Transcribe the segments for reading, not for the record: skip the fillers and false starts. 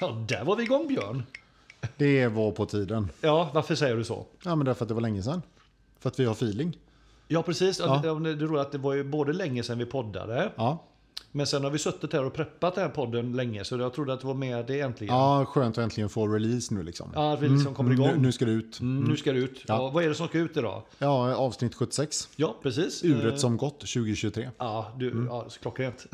Ja, där var vi igång, Björn. Det var på tiden. Ja, varför säger du så? Ja, men därför att det var länge sedan. För att vi har feeling. Ja, precis. Ja. Det tror att det var ju både länge sedan vi poddade. Ja. Men sen har vi suttit här och preppat den här podden länge. Så jag trodde att det var med det äntligen. Ja, skönt att äntligen få release nu liksom. Ja, att vi liksom kommer igång. Nu ska det ut. Nu ska det ut. Ja. Vad är det som ska ut idag? Ja, avsnitt 76. Ja, precis. Uret som gått 2023. Ja, ja, klockrent.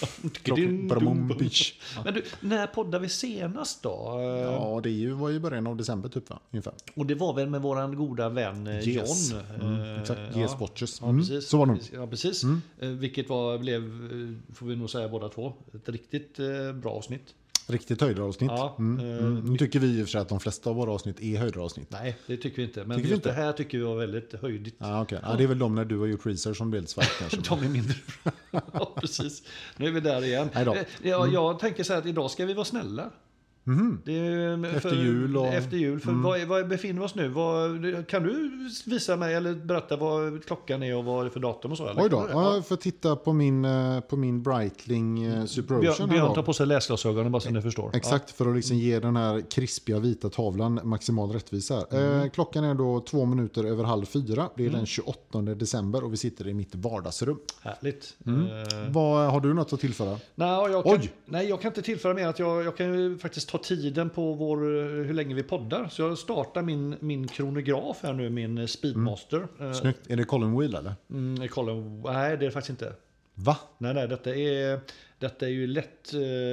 Men du, när poddade vi senast då? Ja, det var ju början av december typ, va? Ungefär. Och det var väl med våran goda vän Yes. John. Exakt, Yes Watches. Ja, precis. Så var det nog. Ja, precis. Vilket blev, får vi nog säga båda två, ett riktigt bra avsnitt. Riktigt höjdaravsnitt. Ja, Nu tycker vi i och för sig att de flesta av våra avsnitt är höjdaravsnitt. Nej, det tycker vi inte. Men Tycker vi just inte? det här tycker vi var väldigt höjdigt. Ja, okej. Ja, det är väl de när du har gjort research som blir lite svart kanske. De är mindre bra. Ja, precis. Nu är vi där igen. Nej då. Jag tänker så här att idag ska vi vara snälla. Det är Efter jul och... Efter jul. För var befinner vi oss nu? Kan du visa mig eller berätta vad klockan är och vad det är för datum och så? Eller? Oj då, jag får titta på min Breitling Super Ocean. Björn tar på sig läsglasögonen bara så ni förstår. Exakt, för att liksom ge den här krispiga vita tavlan maximal rättvisa. Klockan är då 2 minuter över 3:30. Det är den 28 december och vi sitter i mitt vardagsrum. Härligt. Har du något att tillföra? Nej, jag kan inte tillföra mer att jag kan ju faktiskt ta tiden på hur länge vi poddar. Så jag startar min kronograf här nu, min Speedmaster. Snyggt. Är det Colin Wheel eller? Nej, det är det faktiskt inte. Va? Nej, detta är ju lätt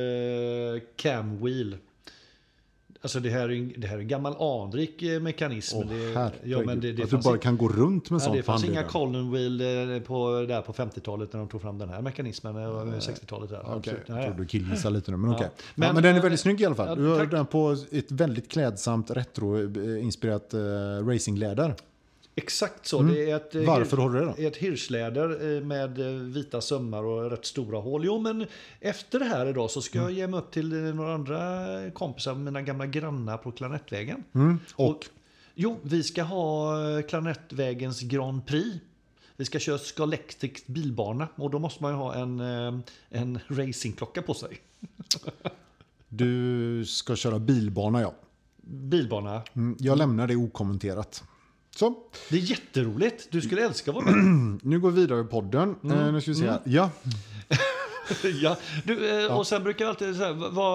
cam wheel. Alltså det här är en gammal anrik mekanism. Att du bara kan gå runt med sånt. Det fanns inga Colin Wheel på 50-talet när de tog fram den här mekanismen. 60-talet där. Okej, jag tror du killgissar lite nu. Men okej. Men den är väldigt snygg i alla fall. Ja, du har tack. den på ett väldigt klädsamt retro-inspirerat racingläder. Exakt så. Det är Varför har du det då? Ett hirschläder med vita sömmar och rätt stora hål. Jo, men efter det här idag så ska jag ge mig upp till några andra kompisar, mina gamla grannar på Klanettvägen. Och? Vi ska ha Klanettvägens Grand Prix. Vi ska köra Scalextric bilbana och då måste man ju ha en racingklocka på sig. Du ska köra bilbana, ja. Bilbana. Jag lämnar det okommenterat. Så. Det är jätteroligt. Du skulle älska att vara med. Nu går vi vidare i podden. Nu ska vi se här. Ja. Och sen brukar jag alltid säga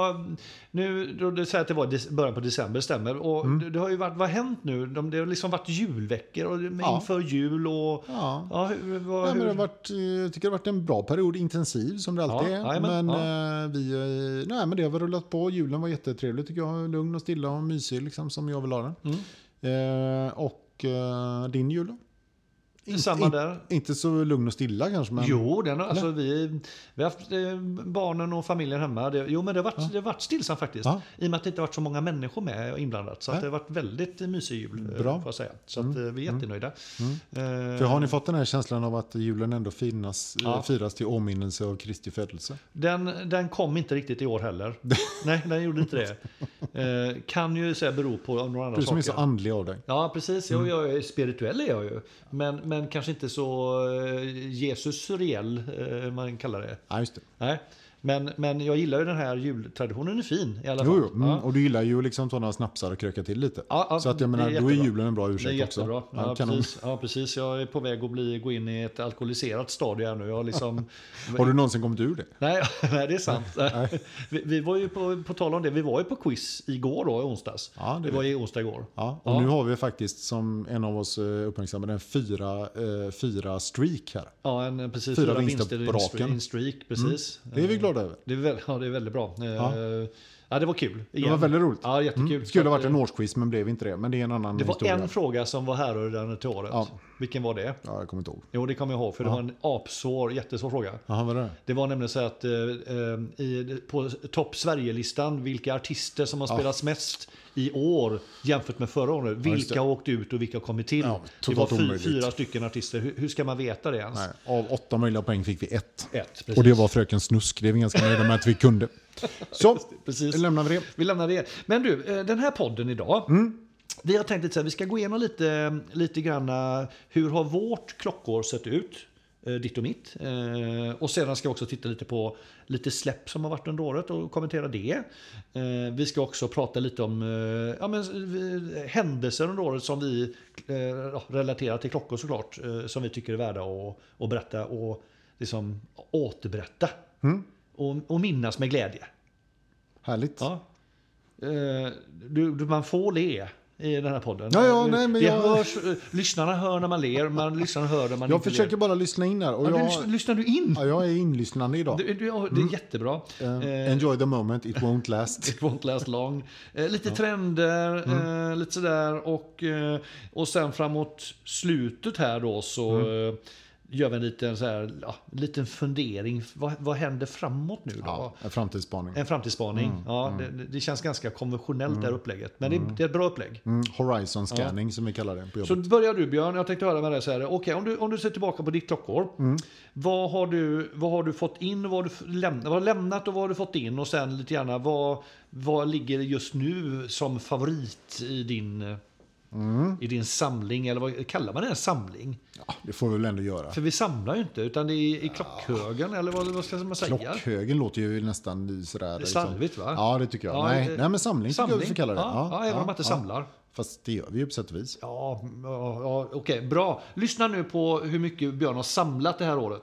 du säger att det var början på december, stämmer. Och det har ju vad har hänt nu? Det har liksom varit julveckor och inför jul och Men det har varit, jag tycker det har varit en bra period, intensiv som det alltid är. Men det har väl rullat på. Julen var jättetrevlig tycker jag, lugn och stilla och mysig liksom, som jag vill ha den. Och din jul då? Samma där. Inte så lugn och stilla kanske. Men... Jo, vi har haft barnen och familjen hemma. Men det har varit stillsamt faktiskt. I och med att det inte har varit så många människor med inblandat. Så att det har varit väldigt mysig jul. Bra. Får jag säga. Så att vi är jättenöjda. För har ni fått den här känslan av att julen ändå firas till åminnelse av Kristi födelse? Den kom inte riktigt i år heller. Nej, den gjorde inte det. Kan ju bero på några andra saker. Du som är så andlig av dig. Ja, precis. Jag är spirituell är jag ju. Men kanske inte så Jesus reell, man kallar det. Ja, just det. Nej. Men jag gillar ju den här jultraditionen, är fin i alla fall. Och du gillar ju liksom sådana snapsar och kröka till lite. Så att jag menar, då är julen en bra ursäkt också. Det är jättebra. Precis. Jag är på väg att gå in i ett alkoholiserat stadie här nu. Har du någonsin kommit ur det? Nej, det är sant. Vi var ju på tal om det, vi var ju på quiz igår då, i onsdags. Det var i onsdag igår. Och nu har vi faktiskt, som en av oss uppmärksammade, en 4 streak här. Ja, precis. 4 vinster i en streak, precis. Det är vi glada över. Det är väldigt bra. Det var kul. Det var väldigt roligt. Ja, jättekul. Skulle ha varit en årsquiz, men blev inte det. Men det är en annan historia. Det var en fråga som var härrörande till året. Vilken var det? Ja, jag kommer inte ihåg. Jo, det kommer jag ihåg. För det var en jättesvår fråga. Jaha, vad är det? Det var nämligen så att på topp Sverige-listan, vilka artister som har spelats mest i år jämfört med förra året. Vilka har åkt ut och vilka har kommit till? Det var 4 stycken artister. Hur ska man veta det ens? Nej, av 8 möjliga poäng fick vi 1. Precis. Och det var Fröken Snusk. Det är vi ganska nöjda med att vi kunde. Så, precis. Vi lämnar det. Men du, den här podden idag. Vi har tänkt att vi ska gå igenom lite grann hur har vårt klockår sett ut ditt och mitt. Och sedan ska jag också titta lite på lite släpp som har varit under året och kommentera det. Vi ska också prata lite om händelser under året som vi relaterar till klockor såklart, som vi tycker är värda att berätta och liksom återberätta. Och minnas med glädje. Härligt. Ja. Man får le i den här podden. Lyssnarna hör när man ler, lyssnarna hör när man jag försöker bara lyssna in här. Och lyssnar du in? Ja, jag är inlyssnande idag. Det är jättebra. Enjoy the moment, it won't last. It won't last long. Lite trender, lite sådär. Och sen framåt slutet här då så gör vi en liten fundering. Vad händer framåt nu då? Ja, en framtidsspaning. En framtidsspaning. Det känns ganska konventionellt det här upplägget. Men det är ett bra upplägg. Horizon scanning som vi kallar det på jobbet. Så börjar du, Björn. Jag tänkte höra med dig så här. Okej, om du ser tillbaka på ditt klockor. Vad har du fått in? Vad har lämnat och vad har du fått in? Och sen lite gärna vad ligger just nu som favorit i din samling, eller vad kallar man det, en samling? Ja, det får vi väl ändå göra. För vi samlar ju inte, utan det är i klockhögen, eller vad ska man säga? Klockhögen låter ju nästan sådär. Slarvigt, va? Ja, det tycker jag. Nej, men samling tycker jag vi får kalla det. Ja, även om man inte samlar. Fast det gör vi ju på sätt och vis. Ja, okej, bra. Lyssna nu på hur mycket Björn har samlat det här året.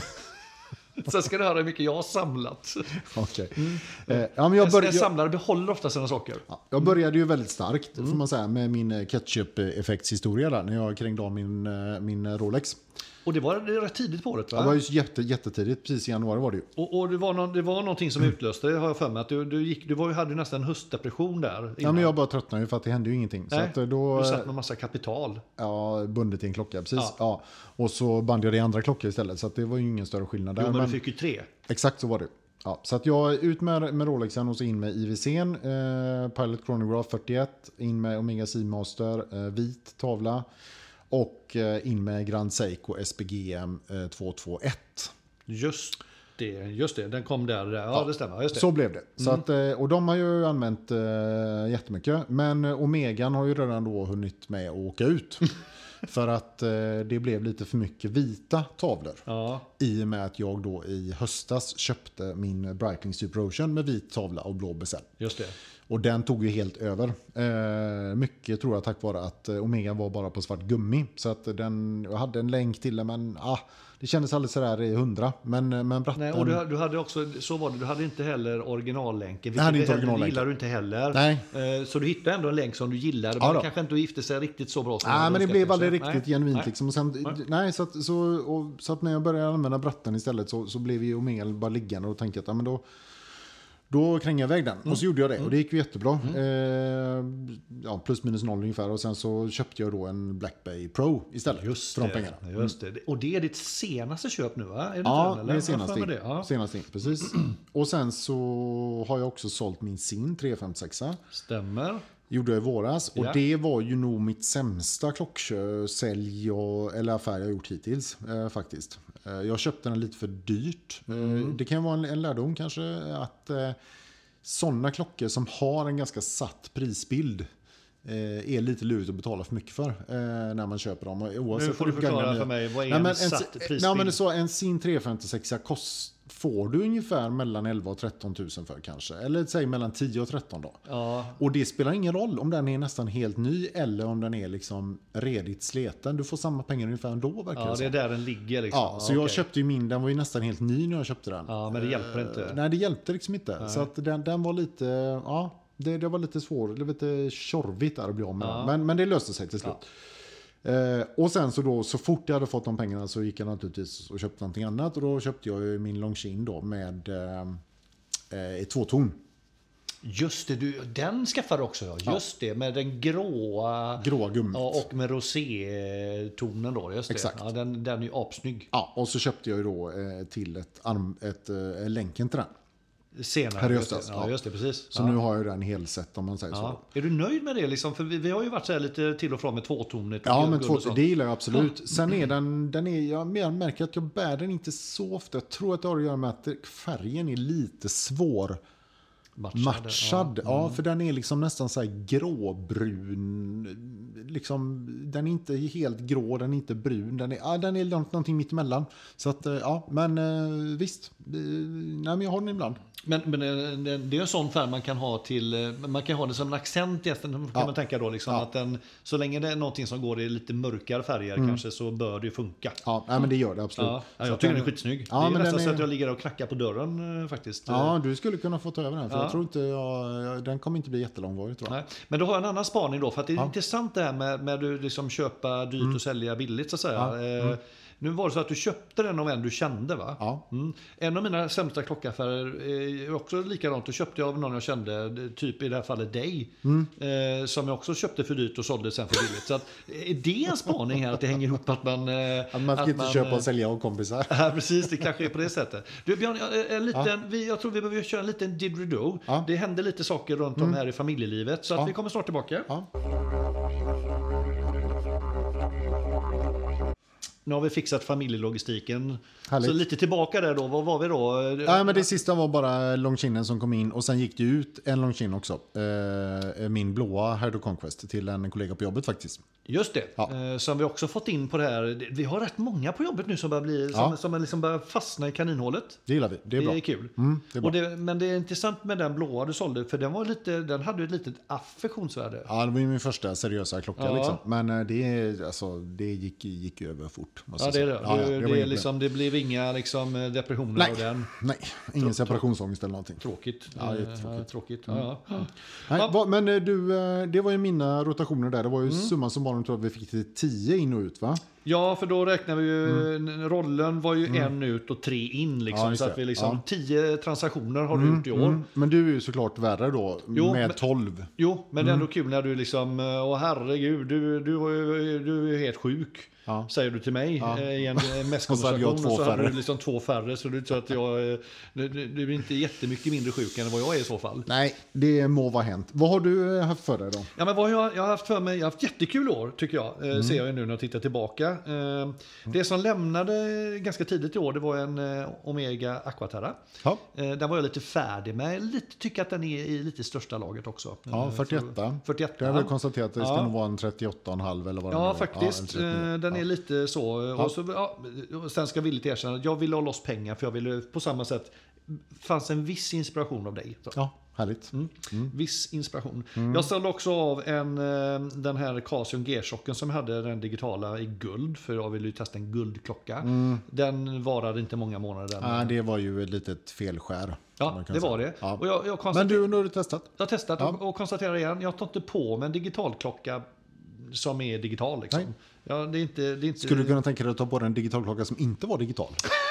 Sen ska du höra hur mycket jag har samlat. Okej. En samlare behåller ofta sina saker. Ja, jag började ju väldigt starkt, får man säga, med min ketchup-effektshistoria där, när jag krängde av min Rolex. Och det var rätt tidigt på året, va? Det var ju jättetidigt, precis i januari var det ju. Och det var någonting som utlöste det, har jag för mig. Att du hade nästan en höstdepression där innan. Ja, men jag bara tröttnade ju för att det hände ju ingenting. Nej, så att då, du satt med massa kapital. Ja, bundet i en klocka, precis. Ja. Och så band jag det i andra klockor istället, så att det var ju ingen större skillnad där. Jo, men du fick ju 3. Exakt så var det. Ja, så att jag ut med Rolexen och så in med IWC:n, Pilot Chronograph 41, in med Omega Seamaster, vit tavla. Och in med Grand Seiko SPGM 221. Just det. Den kom där. Ja, det stämmer. Just det. Så blev det. Så att, och de har ju använt jättemycket. Men Omegan har ju redan då hunnit med att åka ut. För att det blev lite för mycket vita tavlor. Ja. I och med att jag då i höstas köpte min Breitling Super Ocean med vit tavla och blå besäll. Just det. Och den tog ju helt över. Mycket tror jag tack vare att Omega var bara på svart gummi. Så att jag hade en länk till den, men det kändes alldeles sådär i 100. Men bratten... Nej, och du hade också, så var det, du hade inte heller originallänken. Jag hade inte originallänken. Det gillar du inte heller. Nej. Så du hittade ändå en länk som du gillade. Men kanske inte gifte sig riktigt så bra. Nej, men det blev aldrig riktigt genuint. Liksom. Och sen, så att när jag började använda bratten istället så blev ju Omega bara liggande och tänkte att då krängde jag iväg den. Och så gjorde jag det. Och det gick ju jättebra. Plus minus noll ungefär. Och sen så köpte jag då en Black Bay Pro istället. Just för de pengarna. Just det. Och det är ditt senaste köp nu, va? Är det det är senaste. Precis. Och sen så har jag också sålt min Sin 356. Stämmer. Gjorde jag i våras. Och det var ju nog mitt sämsta klocksälj eller affär jag gjort hittills faktiskt. Jag köpte den lite för dyrt. Det kan vara en lärdom kanske att sådana klockor som har en ganska satt prisbild är lite lurigt att betala för mycket för när man köper dem. Nu får du förklara för mig, vad är en satt prisbild? En Sin 356 får du ungefär mellan 11 och 13 000 för kanske. Eller säg mellan 10 och 13 då. Ja. Och det spelar ingen roll om den är nästan helt ny eller om den är liksom redigt sleten. Du får samma pengar ungefär ändå, verkar det är där den ligger liksom. Ja, så jag köpte ju den var ju nästan helt ny när jag köpte den. Ja, men det hjälper inte. Nej, det hjälpte liksom inte. Nej. Så att den var lite, det var lite svår, det var lite tjorvigt där att bli av med. Men det löste sig till slut. Ja. Och sen så fort jag hade fått de pengarna så gick jag naturligtvis och köpte någonting annat. Och då köpte jag ju min Longines då med ett 2-ton. Just det, den skaffade också. Just det, med den gråa gummit. Och med rosé-tonen då. Just det. Exakt. Ja, den är ju apsnygg. Ja, och så köpte jag ju då till ett länken till den. Senare. Just det, precis. Så nu har jag den helsätt om man säger så. Är du nöjd med det liksom? För vi har ju varit så här lite till och från med 2-tonigt. Ja, men det gillar jag absolut. Sen är jag märker att jag bär den inte så ofta. Jag tror att det har att göra med att färgen är lite svår matchad. Ja, för den är liksom nästan så här gråbrun, liksom, den är inte helt grå, den är inte brun, den är någonting mitt emellan. Så att, men visst, nej, men jag har den ibland. Men det är en sån färg man kan ha man kan ha det som en accent kan man tänka då liksom, att så länge det är någonting som går i lite mörkare färger kanske, så bör det funka. Ja, men det gör det absolut. Jag tycker den är skitsnygg. Det är nästan så att jag ligger och knackar på dörren faktiskt. Ja, du skulle kunna få ta över den, för jag tror inte den kommer inte bli jättelångvarig, tror jag. Nej. Men då har jag en annan spaning då, för att det är intressant det här med att liksom köpa dyrt och sälja billigt, så att säga. Nu var det så att du köpte den av en du kände, va? Ja. En av mina sämsta klockaffärer är också likadant. Då köpte jag av någon jag kände, typ i det här fallet dig. Som jag också köpte för dyrt och sålde sen för billigt. Så att, är det en spaning här att det hänger ihop att man... Att man ska inte köpa och sälja av kompisar. Ja, precis. Det kanske är på det sättet. Du Björn, jag tror vi behöver köra en liten didgeridoo. Det händer lite saker runt om här i familjelivet. Så att vi kommer snart tillbaka. Ja. Nu har vi fixat familjelogistiken. Härligt. Så lite tillbaka där då. Vad var vi då? Men det sista var bara Longinen som kom in. Och sen gick det ut en Longines också. Min blåa Hydro Conquest till en kollega på jobbet faktiskt. Just det. Ja. Som vi också fått in på det här. Vi har rätt många på jobbet nu som börjar bli som liksom börjar fastna i kaninhålet. Det gillar vi. Det är bra. Det är kul. Det är bra. Men det är intressant med den blåa du sålde. För den hade ju ett litet affektionsvärde. Ja, det var ju min första seriösa klocka. Liksom. Men det gick över fort. Ja, det är det. Det blev inga liksom, depressioner av den. Nej, ingen separationsångest eller någonting. Tråkigt. Ja, jättetråkigt. Men du, det var ju mina rotationer där. Det var ju summan som bara tror att vi fick till 10 in och ut, va? Ja, för då räknar vi ju, rollen var ju en ut och 3 in liksom, så att vi liksom 10 transaktioner har du gjort i år. Men du är ju såklart värre då, med 12. Jo, men det är ändå kul när du liksom, herregud, du är helt sjuk. Säger du till mig i en mässkonversation, och så hade du liksom 2 färre, så det är så att du är inte jättemycket mindre sjuk än vad jag är i så fall. Nej, det må vara hänt. Vad har du haft för dig då? Ja, men vad jag har haft för mig, jag har haft jättekul år tycker jag, ser jag nu när jag tittar tillbaka. Det som lämnade ganska tidigt i år, det var en Omega Aquaterra. Den var jag lite färdig med, tycker att den är i lite största laget också. Ja, 41. Det har väl konstaterat att det ska nog vara en 38,5 eller vad det är. Ja, faktiskt. Den är lite så. Och så sen ska jag villigt erkänna att jag ville ha loss pengar, för jag ville på samma sätt, fanns en viss inspiration av dig. Så. Ja, härligt. Viss inspiration. Jag ställde också av den här Casio G-chocken som hade den digitala i guld, för jag ville ju testa en guldklocka. Den varade inte många månader. Det var ju ett litet felskär. Ja, det var det. Ja. Och jag men du, har du testat? Jag har testat och konstaterar igen, jag tar inte på med en digitalklocka som är digital liksom. Ja, det är inte... Skulle du kunna tänka dig att ta på en digitalklocka som inte var digital?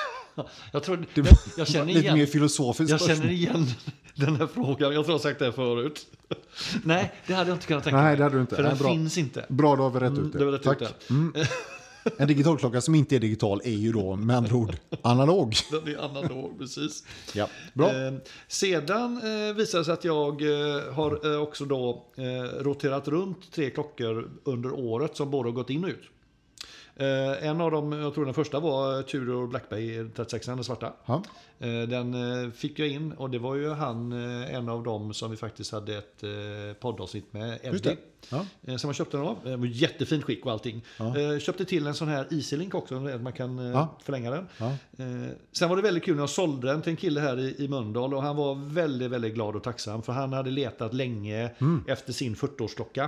Jag känner lite mer filosofiskt. Jag känner igen den här frågan. Jag tror jag har sagt det förut. Nej, det hade jag inte kunnat tänka mig. Nej, det hade du inte. För den finns inte. Bra, då har vi rätt ut det. Tack. En digitalklocka som inte är digital är ju då med andra ord analog. Den är analog, precis. Ja, bra. Sedan visar det sig att jag har också då roterat runt 3 klockor under året som både har gått in och ut. En av dem, jag tror den första var Tudor Black Bay 36, den svarta. Den fick jag in, och det var ju en av dem som vi faktiskt hade ett poddavsnitt med, Eddie. Som jag köpte den av. Det var jättefint skick och allting. Köpte till en sån här EasyLink också, att man kan förlänga den. Sen var det väldigt kul när jag sålde den till en kille här i Mölndal, och han var väldigt, väldigt glad och tacksam, för han hade letat länge efter sin 40-årsklocka.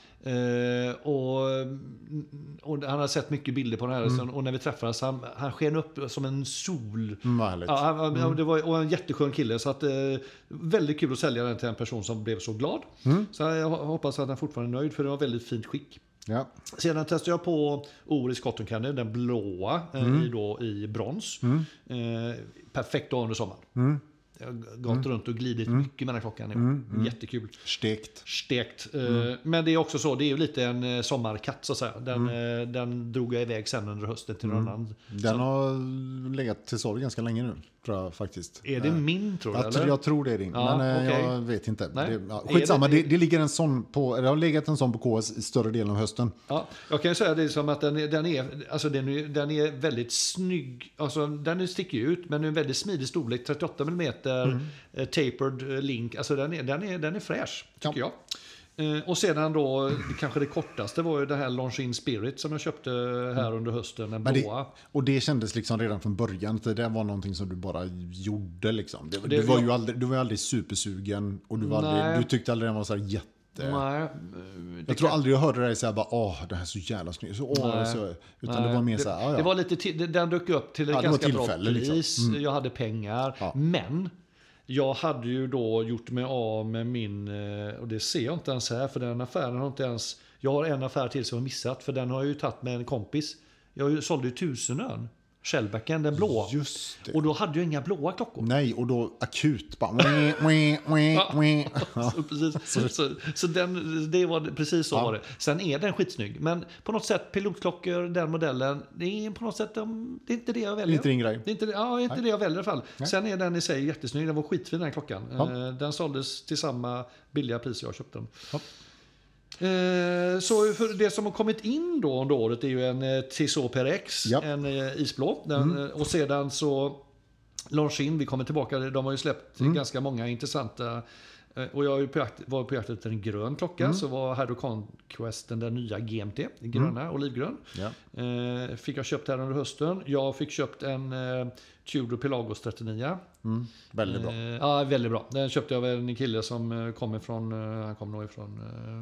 Och han har sett mycket bilder på den här, och när vi träffades han sken upp som en sol. Det var en jätteskön kille, så att väldigt kul att sälja den till en person som blev så glad. Så jag hoppas att han fortfarande är nöjd, för det var väldigt fint skick. Sedan testade jag på Oris Cotton Candy, den blåa i brons. Perfekt då under sommaren. Jag har gått runt och glidit mycket med den här klockan. Jättekul. Stekt. Men det är också så, det är ju lite en sommarkatt så att säga. Den drog jag iväg sen under hösten till någon annan. Den har legat till sorg ganska länge nu, tror jag faktiskt. Är det min, tror du? Eller? Jag tror det är din, men jag vet inte. Skitsamma, det ligger en sån på, det har legat en sån på KS i större delen av hösten. Ja, jag kan ju säga det som att den är väldigt snygg. Alltså, den sticker ut, men en väldigt smidig storlek, 38 mm tapered link. Alltså den är fräsch, tycker jag. Och sedan då, kanske det kortaste var ju det här Longines Spirit som jag köpte här under hösten, den blåa. Och det kändes liksom redan från början att det var någonting som du bara gjorde liksom. Du var ju aldrig supersugen och du tyckte aldrig den var så här jätte... Nej, jag tror aldrig jag hörde dig säga bara det här är så jävla snyggt. Utan det var mer så här, det var lite den dök upp till ett ganska bra pris. Liksom. Jag hade pengar, men jag hade ju då gjort mig av med min, och det ser jag inte ens här, för den affären har inte ens, jag har en affär till som jag missat, för den har jag ju tagit med en kompis. Jag sålde ju 1000 Shellbacken, den blå. Just det. Och då hade jag inga blåa klockor. Nej, och då akut bara. Så det var precis så var det. Sen är den skitsnygg. Men på något sätt, pilotklockor, den modellen, det är på något sätt, det är inte det jag väljer. Inte din grej. Det är inte det jag väljer i alla fall. Nej. Sen är den i sig jättesnygg. Den var skitfin, den här klockan. Ja. Den såldes till samma billiga pris jag köpte den. Ja. Så för det som har kommit in då under året är ju en Tissot PRX, en isblå. Och sedan så Longines, vi kommer tillbaka, de har ju släppt ganska många intressanta. Och jag var på jakt efter en grön klocka, så var Hydro Conquest den nya GMT, gröna, olivgrön. Ja. Fick jag köpt här under hösten. Jag fick köpt en Tudor Pelagos 39. Väldigt bra. Ja, väldigt bra. Den köpte jag av en kille som kommer från, han kom nog ifrån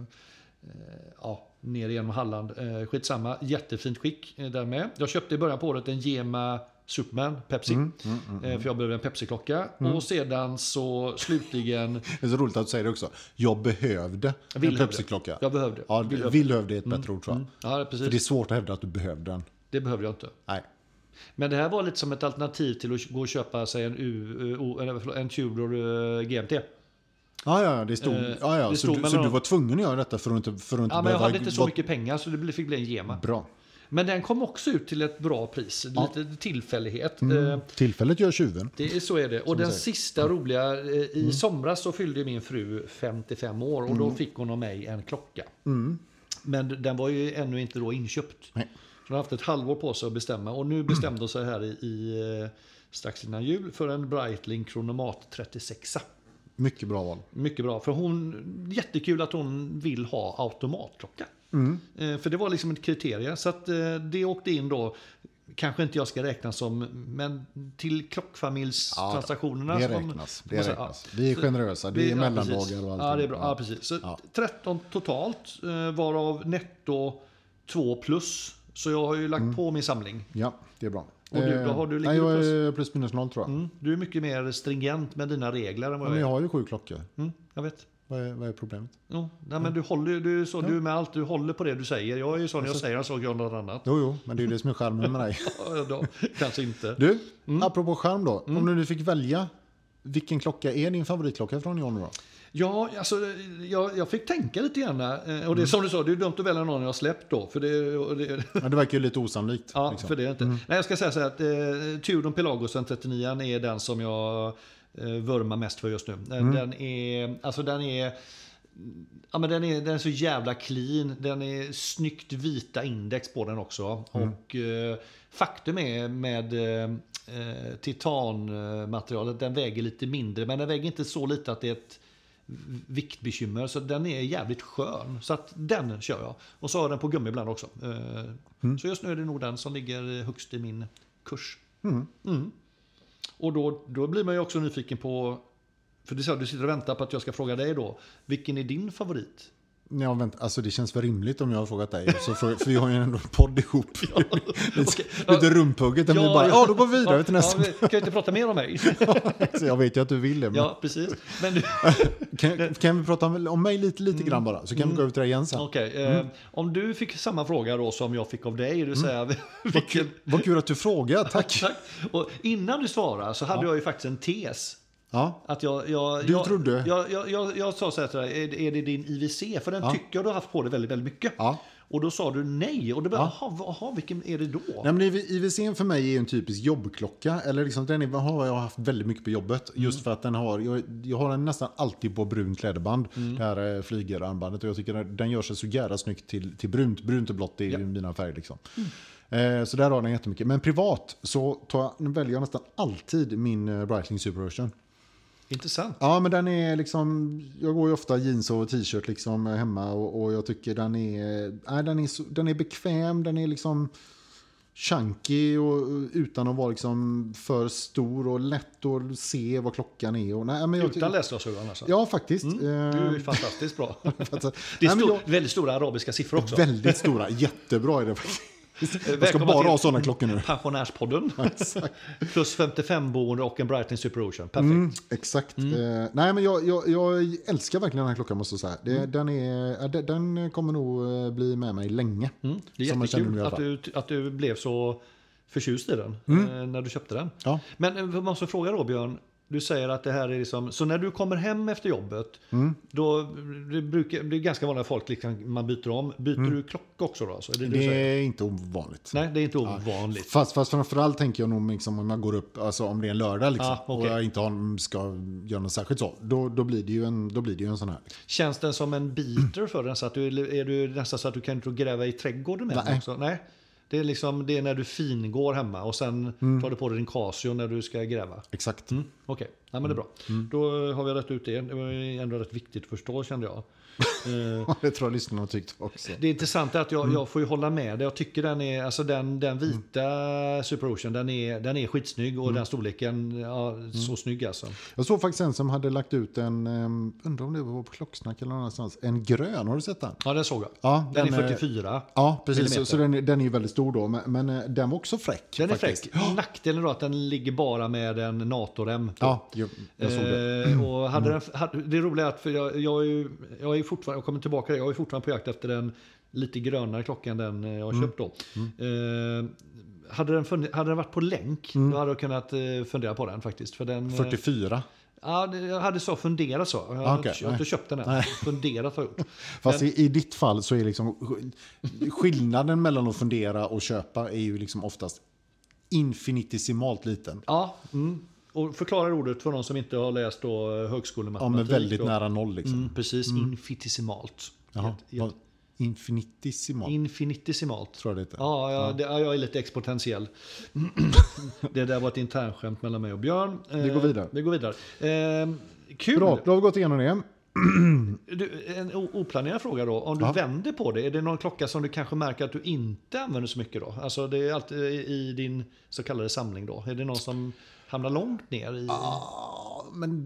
ner genom Halland. Skitsamma, jättefint skick där med. Jag köpte i början på året en Gema Superman Pepsi. För jag behövde en Pepsi-klocka. Och sedan så slutligen... Det är så roligt att du säger det också. Jag behövde en Pepsi-klocka. Jag behövde. Ja, behövde är ett bättre ord, tror jag. Ja, precis. För det är svårt att hävda att du behövde den. Det behövde jag inte. Nej. Men det här var lite som ett alternativ till att gå och köpa sig en Tudor GMT. Ja, det stod. Så du var tvungen att göra detta för att inte men jag hade inte så mycket pengar, så det fick bli en Gema. Bra. Men den kom också ut till ett bra pris. Lite tillfällighet. Tillfället gör tjuven. Så är det. Och den sista roliga, i somras så fyllde min fru 55 år. Och då fick hon av mig en klocka. Men den var ju ännu inte då inköpt. Nej. Så hon har haft ett halvår på sig att bestämma. Och nu bestämde hon sig här i strax innan jul för en Breitling Chronomat 36. Mycket bra val. Mycket bra. För jättekul att hon vill ha automatklocka. För det var liksom ett kriterie. Så att det åkte in då. Kanske inte jag ska räkna som, men till klockfamiljstransaktionerna. Det räknas. Vi är generösa. Det är mellandagar och allt. Ja, det är bra. Ja, precis. Så 13 totalt, varav netto 2 plus. Så jag har ju lagt på min samling. Ja, det är bra. Och du, då har du jag är plus minus 0, tror jag. Du är mycket mer stringent med dina regler än vad jag är. Men jag har ju 7 klockor. Jag vet. Vad är problemet? Men du håller du med allt, du håller på det du säger. Jag är ju sån, jag säger en sak, jag något annat. Jo, men det är ju det som är charmen med dig. Då, kanske inte. Du, apropå charm då. Om du nu fick välja, vilken klocka är din favoritklocka från John då? Ja, alltså jag fick tänka lite grann. Och det är som du sa, det är dumt att välja någon jag har släppt då. För det verkar ju lite osannolikt. Ja, liksom. För det är inte. Nej, jag ska säga så här att Tudor Pelagos 39 är den som jag vurmar mest för just nu. Den är så jävla clean. Den är snyggt vita index på den också. Och faktum är med titanmaterialet, den väger lite mindre. Men den väger inte så lite att det är ett viktbekymmer. Så den är jävligt skön. Så att den kör jag. Och så har jag den på gummi ibland också. Så just nu är det nog den som ligger högst i min kurs. Och då blir man ju också nyfiken på, för du sitter och väntar på att jag ska fråga dig då. Vilken är din favorit? Ja, alltså det känns för rimligt om jag har frågat dig. För vi har ju ändå en podd ihop. Lite rumpugget. Då går vi vidare till nästa. Kan jag inte prata mer om mig? Så jag vet ju att du vill det. Men... Ja, precis. Men du... kan vi prata om mig lite grann bara? Så kan vi gå ut till det igen sen. Om du fick samma fråga då som jag fick av dig. Du säger, vad kul att du frågar, tack. Och innan du svarar så hade jag ju faktiskt en tes. Ja. Att jag trodde. Jag sa så här till dig, är det din IWC? För den tycker jag du har haft på det väldigt, väldigt mycket. Ja. Och då sa du nej. Och då bara, vilken är det då? Nej, men IWC för mig är en typisk jobbklocka. Eller liksom, den har jag haft väldigt mycket på jobbet. Just för att jag har den nästan alltid på brunt läderband. Det här flygerarmbandet. Och jag tycker den gör sig så jävla snyggt till brunt. Brunt och blått är mina färger liksom. Så där har den jättemycket. Men privat så väljer jag nästan alltid min Breitling Superversion. Intressant. Ja, men den är liksom, jag går ju ofta jeans och t-shirt liksom hemma och jag tycker den är bekväm, den är liksom chunky och utan att vara liksom för stor och lätt att se vad klockan är. Och, utan läsglasögon alltså? Ja, faktiskt. Det är ju fantastiskt bra. Det är väldigt stora arabiska siffror också. Väldigt stora, jättebra är det faktiskt. Jag ska bara ha sådana klockor nu. Pensionärspodden. Plus 55 boende och en Breitling Super Ocean. Perfekt. Exakt. Nej, men jag älskar verkligen den här klockan, måste jag säga. Den kommer nog bli med mig länge. Det är jättekul att du blev så förtjust i den när du köpte den. Ja. Men jag måste fråga då, Björn. Du säger att det här är liksom, så när du kommer hem efter jobbet, då det är ganska vanligt folk liksom, man byter om. Byter du klocka också då? Så det är inte ovanligt. Nej, det är inte ovanligt. Fast framförallt tänker jag nog liksom, om jag går upp, alltså om det är en lördag liksom, och jag inte ska göra något särskilt så, då blir det ju en sån här. Känns den som en beater för den, så att är du nästan så att du kan inte gräva i trädgården med den också? Nej. Det är när du fingår hemma och sen tar du på dig din Casio när du ska gräva. Exakt. Okej, men det är bra. Då har vi rätt ut det. Det var ändå rätt viktigt att förstå, kände jag. Det tror jag lyssnarna har tyckt också. Det är intressant att jag får ju hålla med. Jag tycker den är, alltså den vita Super Ocean, den är skitsnygg och den storleken, så snygg alltså. Jag såg faktiskt en som hade lagt ut undrar om det var på Klocksnack eller någonstans, en grön, har du sett den? Ja, den såg jag. Ja, den är 44. Ja, precis. Så den är ju väldigt stor då, men den var också fräck. Den är faktiskt fräck. Nackdelen då att den ligger bara med en NATO-rem. Ja, jag såg det. Och det är roligt att, för jag är fortfarande, jag kommer tillbaka, jag är fortfarande på jakt efter den lite grönare klockan den jag har köpt då. Hade den varit på länk, då hade jag kunnat fundera på den faktiskt. För den, 44? Ja, jag hade så funderat så. Jag har inte köpt den än. Funderat har jag gjort. Fast i ditt fall så är liksom skillnaden mellan att fundera och köpa är ju liksom oftast infinitesimalt liten. Ja, och förklarar ordet för någon som inte har läst då högskolematematik. Ja, men väldigt nära noll liksom. Precis, infinitesimalt. Jaha, Infinitesimalt. Tror jag det heter. Ja. Jag är lite exponentiell. Det där var ett internskämt mellan mig och Björn. Vi går vidare. Kul. Bra, då har vi gått igenom det. En oplanerad fråga då. Om du vänder på det, är det någon klocka som du kanske märker att du inte använder så mycket då? Alltså det är alltid i din så kallade samling då. Är det någon som hamnar långt ner i... Men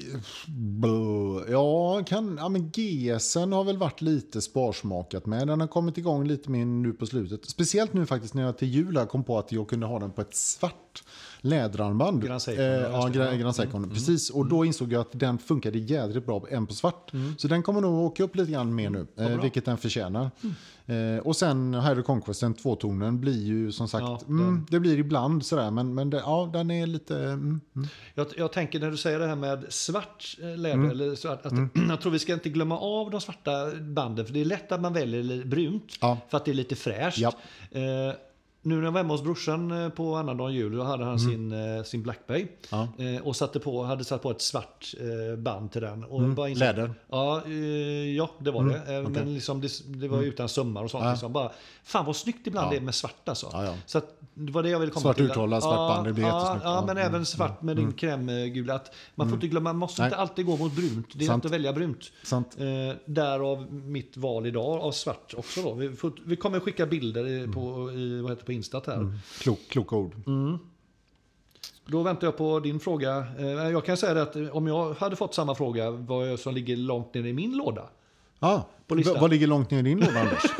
men GSen har väl varit lite sparsmakat med. Den har kommit igång lite mer nu på slutet. Speciellt nu faktiskt när jag till jul kom på att jag kunde ha den på ett svart läderarmband. Grand Seiko. Precis. Och då insåg jag att den funkade jädrigt bra en på svart. Så den kommer nog åka upp lite grann mer nu, vilket den förtjänar. Och sen Hydro Conquest, den tvåtonen, blir ju som sagt, det blir ibland sådär, men den är lite... Jag tänker när du säger det här med svart läder, eller svart, jag tror vi ska inte glömma av de svarta banden, för det är lätt att man väljer brunt, för att det är lite fräscht. Ja. Nu när jag var hemma hos brorsan på annandagen jul, då hade han sin Black Bay och hade satt på ett svart band till den. Och bara läder? Ja, det var det. Okay. Men liksom det var utan sömmar och sånt. Liksom. Bara, fan vad snyggt ibland det är med svart alltså. Ja. Så att, det var det jag ville komma svart till. Uthållat, svart band, det blir jättesnyggt. Ja, men även svart med din krämgula. Man får inte glömma, man måste inte alltid gå mot brunt. Det är inte att välja brunt. Därav mitt val idag av svart också då. Vi kommer skicka bilder på Instat här. Kloka ord. Då väntar jag på din fråga. Jag kan säga det att om jag hade fått samma fråga, vad som ligger långt ner i min låda. Vad ligger långt ner i din låda, Anders?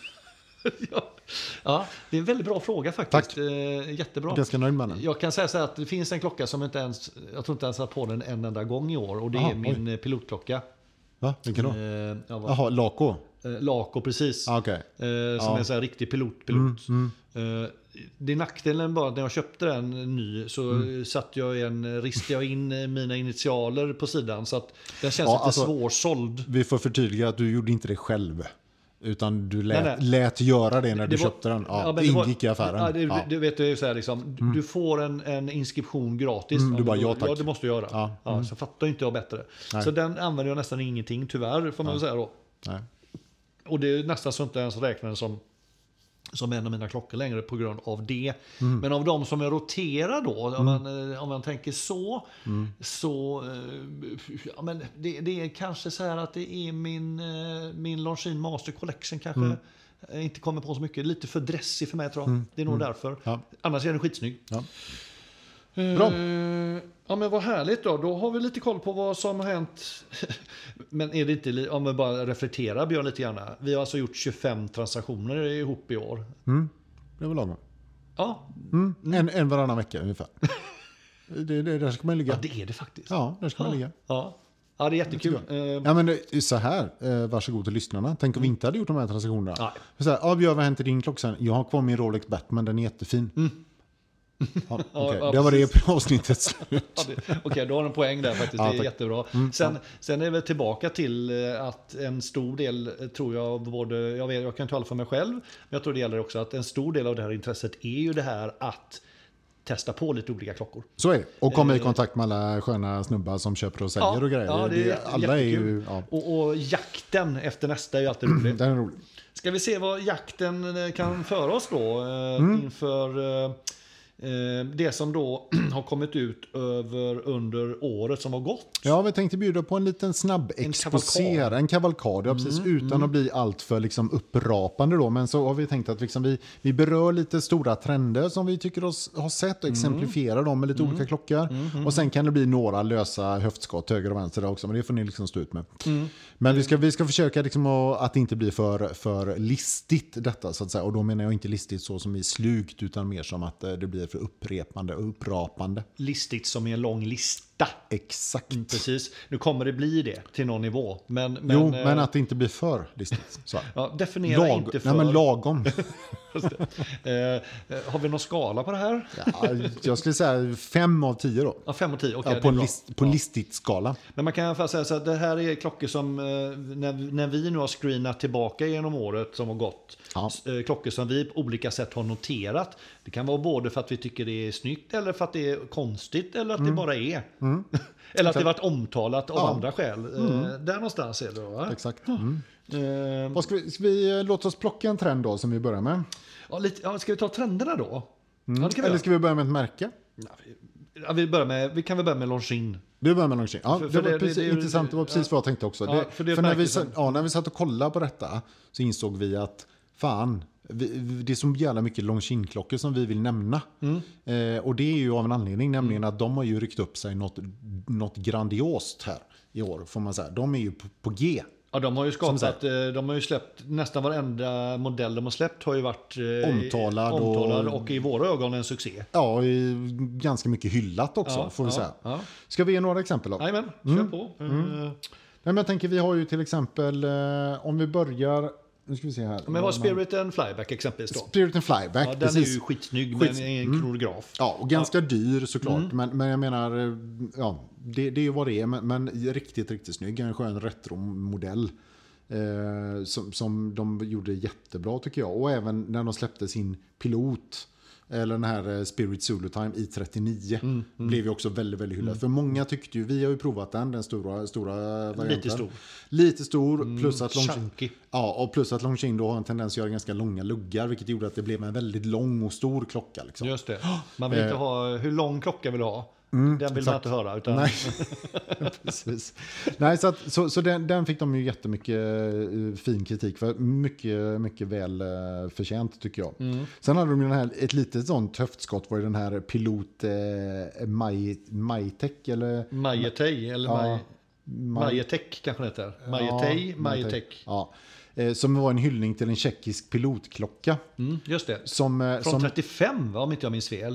Ja, det är en väldigt bra fråga faktiskt. Tack. Jättebra. Ganska nöjd med den. Jag kan säga så här att det finns en klocka som jag tror inte ens har på den en enda gång i år, och det är min pilotklocka. Va? Vilken då? Jaha, Laco. Laco, precis. Okay. Som är en sån här riktig pilot. Det är nackdelen bara när jag köpte den ny, så ristade jag in mina initialer på sidan, så att den känns lite svårsåld. Vi får förtydliga att du gjorde inte det själv, utan du lät göra det när du köpte den. Det ingick i affären. Du vet ju så här liksom, du får en inskription gratis. Du bara tack. Ja, det måste jag göra. Så fattar inte jag bättre. Nej. Så den använder jag nästan ingenting, tyvärr får man säga då. Nej. Och det är nästan så inte ens räknade som som en av mina klockor längre på grund av det. Men av de som jag roterar då, om man tänker så, ja, men det är kanske så här att det är min Longines Master Collection kanske inte kommer på så mycket. Lite för dressig för mig, tror jag. Det är nog därför. Ja. Annars är den skitsnygg. Ja. Bra. Ja, men vad härligt då. Då har vi lite koll på vad som har hänt. Men är det inte, om vi bara reflekterar, Björn, lite gärna. Vi har alltså gjort 25 transaktioner ihop i år. Det var lagom. Ja. En varannan vecka ungefär. Där ska man ligga. Ja, det är det faktiskt. Ja, där ska man ligga. Ja, det är jättekul. Ja, men så här, varsågod till lyssnarna. Tänk om vi inte hade gjort de här transaktionerna. Så här, Björn, vad hänt i din klocka? Jag har kvar min Rolex Batman, den är jättefin. Ja, okay. Det var det på avsnittet slut. Okej, då har en poäng där faktiskt. Det är jättebra. Sen är vi tillbaka till att en stor del, tror jag, jag kan tala för mig själv, men jag tror det gäller också att en stor del av det här intresset är ju det här att testa på lite olika klockor. Så är det. Och komma i kontakt med alla sköna snubbar som köper och säljer och grejer. Ja, alla är ju, och jakten efter nästa är ju alltid rolig. Den är rolig. Ska vi se vad jakten kan föra oss då inför det som då har kommit ut under året som har gått. Ja, vi tänkte bjuda på en liten snabb exposera, en kavalkad, ja, precis, utan att bli allt för liksom upprapande då, men så har vi tänkt att liksom vi berör lite stora trender som vi tycker oss ha sett och exemplifiera dem med lite olika klockor. Och sen kan det bli några lösa höftskott höger och vänster också, men det får ni liksom stå ut med. Men vi ska försöka liksom att inte bli för listigt detta, så att säga, och då menar jag inte listigt så som i slukt, utan mer som att det blir för upprepande och upprapande. Listigt som i en lång lista. Exakt. Precis. Nu kommer det bli det till någon nivå. Men att det inte blir för listigt. Så. Ja, definiera inte för. Nej, men lagom. Har vi någon skala på det här? Ja, jag skulle säga 5 av 10 då. Ja, 5 av 10. Okay, på en listigt skala. Men man kan i alla fall säga så att det här är klockor som när vi nu har screenat tillbaka genom året som har gått. Klockor som vi på olika sätt har noterat. Det kan vara både för att vi tycker det är snyggt, eller för att det är konstigt, eller att det bara är. Eller att det varit omtalat av andra skäl. Där någonstans är det, va? Exakt. Ska vi låta oss plocka en trend då som vi börjar med? Ska vi ta trenderna då? Eller ska vi börja med ett märke? Vi kan väl börja med Longines. Du börjar med Longines. Ja, det var precis intressant. Det var precis vad jag tänkte också. När vi satt och kollade på detta så insåg vi att det är så jävla mycket Longines-klockor som vi vill nämna. Och det är ju av en anledning, nämligen att de har ju ryckt upp sig något grandiost här i år, får man säga. De är ju på G. Ja, de har ju släppt nästan varenda modell de har släppt har ju varit omtalad och i våra ögon en succé. Ja, ganska mycket hyllat också, får vi säga. Ja. Ska vi ge några exempel då? Jajamän, kör på. Nej, men jag tänker, vi har ju till exempel, om vi börjar, nu ska vi se här. Men vi har Spirit and Flyback exempelvis då. Spirit and Flyback, ja, den är ju skitsnygg, men en kronograf. Ja, och ganska dyr såklart. Men jag menar, det är ju vad det är. Men riktigt, riktigt snygg. En skön retromodell. Som de gjorde jättebra, tycker jag. Och även när de släppte sin pilot, eller den här Spirit Zulu Time i39, blev ju också väldigt, väldigt hyllad. För många tyckte ju, vi har ju provat den stora varianten. Lite stor, plus att Longines, och plus att Longines då har en tendens att göra ganska långa luggar, vilket gjorde att det blev en väldigt lång och stor klocka. Liksom. Just det. Man vill inte ha, hur lång klocka vill du ha? Den vill man inte höra. Utan... Nej, precis. Nej, så den fick de ju jättemycket fin kritik för. Mycket, mycket väl förtjänt, tycker jag. Sen hade de ju den här, ett litet sånt höftskott var ju den här pilot Majetech eller... Majetej eller Majetech kanske det heter. Majetej. Ja. Som var en hyllning till en tjeckisk pilotklocka. Just det. Från 35, om inte jag minns fel.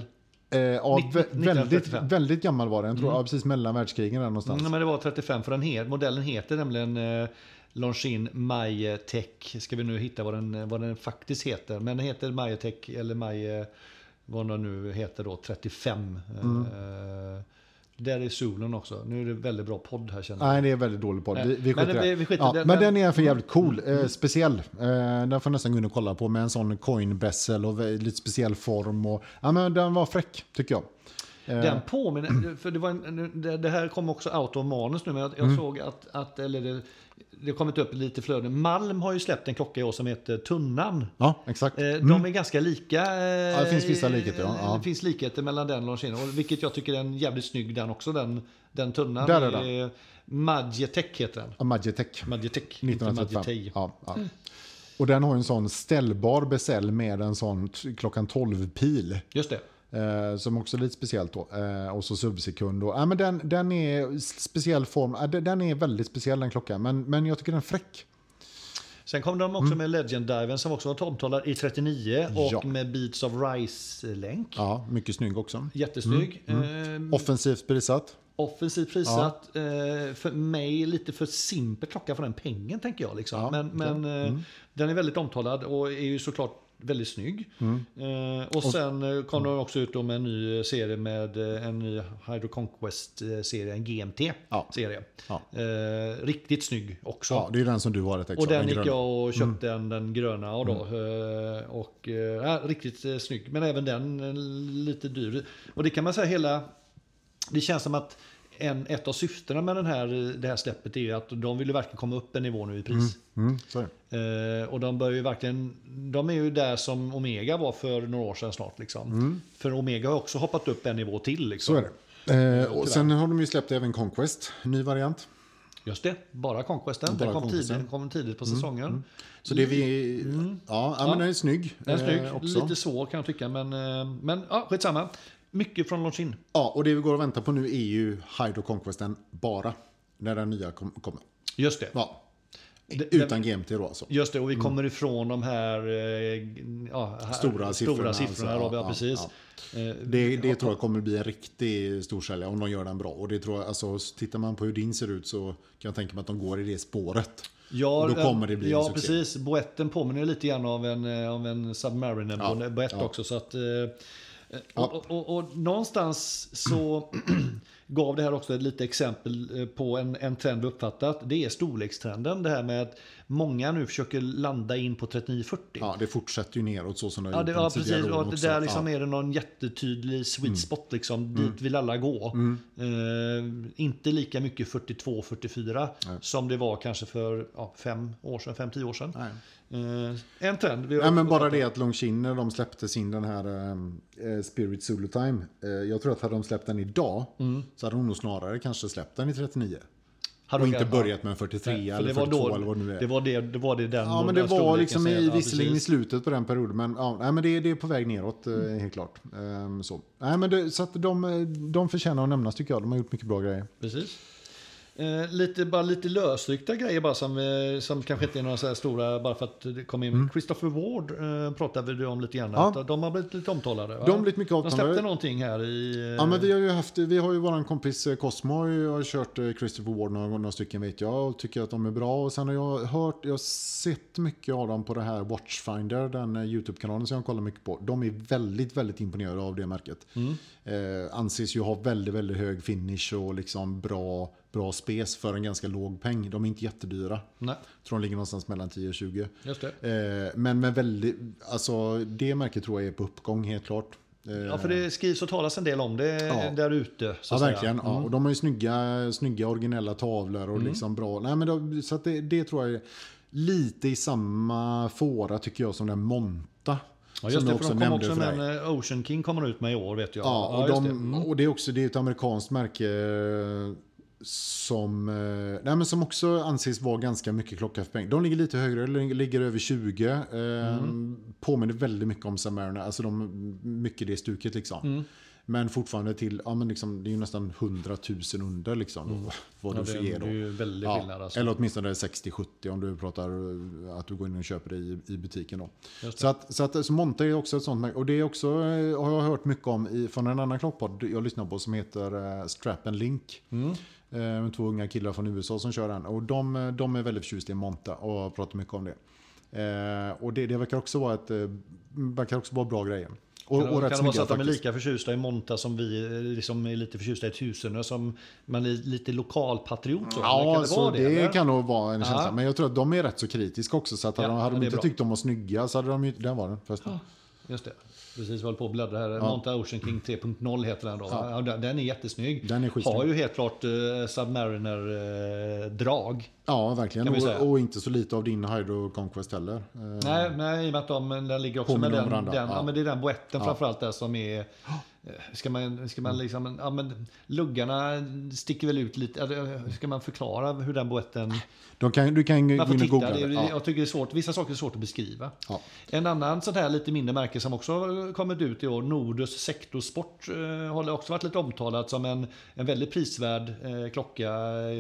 Väldigt gammal var den, tror jag, precis mellan världskrigen där någonstans. Men det var 35, för modellen heter nämligen Longines Majetech. Ska vi nu hitta vad den faktiskt heter. Men den heter Majetech, eller vad den nu heter då, 35. Där är solen också. Nu är det väldigt bra podd här, känner jag. Nej, det är väldigt dålig podd. Vi skiter men den är för jävligt cool. Speciell. Den får nästan gå in och kolla på med en sån coin bezel och lite speciell form. Men den var fräck, tycker jag. Den påminner, för det här kom också out of manus nu, men jag såg att det har kommit upp lite flöden. Malm har ju släppt en klocka i år som heter Tunnan. Ja, exakt. De är ganska lika. Ja, det finns vissa likheter. Ja. Det finns likheter mellan den och Longines. Och vilket jag tycker är en jävligt snygg den också. Den Tunnan. Där är den. Magitech heter den. Ja, Magitech. 1935. Ja. Och den har en sån ställbar besäll med en sån klockan 12-pil. Just det. Som också är lite speciellt då. Och så subsekund. Och, men den är speciell form. Den är väldigt speciell den klockan. Men jag tycker den är fräck. Sen kom de också med Legend Diven som också var omtalad i 39 och med Beats of Rice-länk. Ja, mycket snygg också. Jättesnygg. Offensivt prissatt. Offensivt prissatt. För mig lite för simpel klocka för den pengen tänker jag. Liksom. Men den är väldigt omtalad och är ju såklart väldigt snygg. Och sen kom de också ut med en ny serie med en ny Hydro Conquest-serie, en GMT-serie. Riktigt snygg också. Ja, det är den som du har ett extra. Och den gick jag och köpte den gröna och då. Och riktigt snygg. Men även den lite dyr. Och det kan man säga det känns som att ett av syftena med det här släppet är ju att de vill ju verkligen komma upp en nivå nu i pris. Och de bör ju verkligen, de är ju där som Omega var för några år sedan snart liksom. För Omega har också hoppat upp en nivå till liksom. Så är det. Och sen har de ju släppt även Conquest, ny variant. Just det, bara Conquesten. Den kom tidigt på säsongen. Så det men den är snygg. Den är snygg, också. Lite svår kan jag tycka, men skitsamma. Mycket från Longines. Ja, och det vi går och väntar på nu är ju Hydro Conquesten bara när den nya kommer. Just det. Ja. Utan GMT då alltså. Just det, och vi kommer ifrån de här stora siffrorna. Alltså, precis. Ja. Det tror jag kommer bli en riktig storsäljare om de gör den bra. Och det tror jag, alltså, tittar man på hur din ser ut så kan jag tänka mig att de går i det spåret. Ja, då kommer det bli en succé. Precis. Boetten påminner lite grann av en Submariner Boett också. Så att, och någonstans så gav det här också ett litet exempel på en trend vi uppfattat. Det är storlekstrenden. Det här med att många nu försöker landa in på 39-40. Ja, det fortsätter ju neråt så som det har gjort precis. Det där liksom är det någon jättetydlig sweet spot liksom. Dit vill alla gå. Inte lika mycket 42-44 som det var kanske för 5-10 år sedan. Nej. En trend. Men bara det att Longines när de släppte sin den här Spirit Zulu Time. Jag tror att hade de släppt den idag så hade de nog snarare kanske släppt den i 39. Och inte börjat med en 43 eller 42 eller vad det nu är. Det var det den. Ja, men det var liksom visserligen i slutet på den perioden. Men, men det är på väg neråt helt klart. Så. Nej, men så att de förtjänar att nämnas tycker jag. De har gjort mycket bra grejer. Precis. Lite lösryckta grejer bara som kanske inte är några så här stora bara för att det kom in. Christopher Ward pratade vi om lite grann. Ja. De har blivit lite omtalade. Va? De har blivit mycket omtalade. De släppte någonting här i... Ja, men vi har ju våran kompis Cosmo har kört Christopher Ward några stycken vet jag och tycker att de är bra. Och sen har jag har sett mycket av dem på det här Watchfinder, den YouTube-kanalen som jag kollar mycket på. De är väldigt, väldigt imponerade av det märket. Anses ju ha väldigt, väldigt hög finish och liksom bra spes för en ganska låg peng. De är inte jättedyra. Nej. Jag tror de ligger någonstans mellan 10 och 20. Just det. Men med väldigt, alltså det märket tror jag är på uppgång helt klart. Ja, för det skrivs och talas en del om det där ute. Så verkligen. Ja, och de har ju snygga originella tavlor och liksom bra. Nej, men så att det tror jag är lite i samma fåra tycker jag som den Monta. Ja, just det, för de kom också med en Ocean King kommer ut med i år vet jag. Ja, och det är ett amerikanskt märke som också anses vara ganska mycket klocka för pengar. De ligger lite högre, ligger över 20. Påminner väldigt mycket om Submariner. Alltså mycket det stuket liksom. Men fortfarande till, men liksom, det är ju nästan 100 000 under liksom. Vad du får ge då. Det är ju väldigt skillnad. Alltså. Eller åtminstone 60-70 om du pratar att du går in och köper det i butiken då. Så Monta är också ett sånt märke. Och det är också, har jag hört mycket om från en annan klockpodd jag lyssnar på som heter Strap and Link. 2 unga killar från USA som kör den. Och de är väldigt förtjusta i Monta och pratar mycket om det. Och det verkar också vara bra grejer. Och kan det vara så att de är lika förtjusta i Monta som vi liksom är lite förtjusta i Tusenö som man är lite lokalpatriot? Ja, det kan nog vara en känsla. Men jag tror att de är rätt så kritiska också. Så att hade de inte tyckt de var snygga så hade de ju... Där var den först. just det. Precis, håller på att bläddra här. Monta Ocean King 3.0 heter den då. Ja, den är jättesnygg. Den är skitsnygg. Har ju helt klart Submariner-drag. Ja, verkligen. Och inte så lite av din Hydro Conquest heller. Nej, i och med att den ligger också med den. Ja, men det är den boetten framförallt där som är... Ska man liksom... Ja, men luggarna sticker väl ut lite. Ska man förklara hur den boetten... Du kan gå in och googla det. Jag tycker det är svårt. Vissa saker är svårt att beskriva. Ja. En annan sån här lite mindre märke som också har kommit ut i år, Nordus Sector Sport, har också varit lite omtalat som en väldigt prisvärd klocka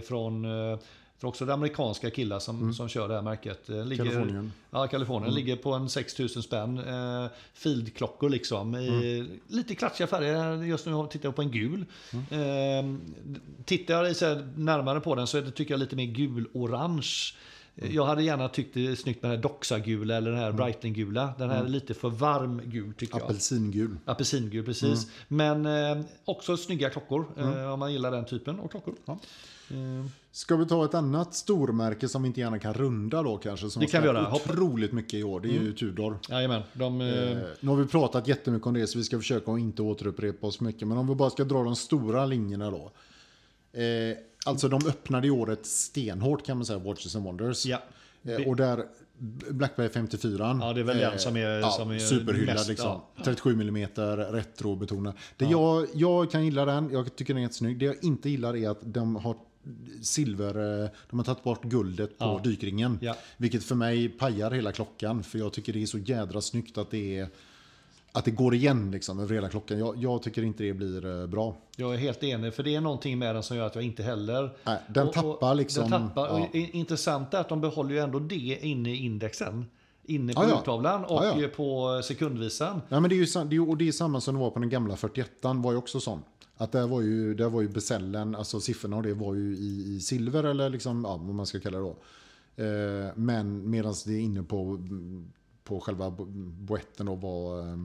för också det amerikanska killar som kör det här märket. Kalifornien. Ja, Kalifornien. Ligger på en 6 000 spänn. Fieldklockor liksom. Lite klatschiga färger. Just nu tittar jag på en gul. Tittar jag närmare på den så tycker jag lite mer gul-orange. Jag hade gärna tyckt det är snyggt med den här Doxa-gula eller den här Brighton-gula. Den här är lite för varm gul tycker jag. Apelsingul, precis. Men också snygga klockor om man gillar den typen av klockor. Ja. Ska vi ta ett annat stormärke som vi inte gärna kan runda då kanske? Som det kan vi göra. Otroligt mycket i år. Det är ju Tudor. Jajamän. Nu har vi pratat jättemycket om det så vi ska försöka att inte återupprepa oss mycket. Men om vi bara ska dra de stora linjerna då. Alltså de öppnade i året stenhårt kan man säga, Watches and Wonders. Ja. Och där Blackberry 54. Ja, det är väl den som är superhyllad mest, liksom. 37 mm retrobetonad. Jag kan gilla den. Jag tycker den är jättesnygg. Det jag inte gillar är att de har de har tagit bort guldet på dykringen. Ja. Vilket för mig pajar hela klockan. För jag tycker det är så jädra snyggt att det går igen liksom över hela klockan. Jag tycker inte det blir bra. Jag är helt enig, för det är någonting med den som gör att jag inte heller... Nej, den tappar liksom... Den tappar. Ja. Och intressant är att de behåller ju ändå det inne i indexen. Inne på urtavlan och på sekundvisan. Ja, men det är samma som det var på den gamla 41an var ju också sån. Att där var ju besällen, alltså siffrorna och det var ju i silver eller liksom, vad man ska kalla det då. Men medan det är inne på själva boetten då var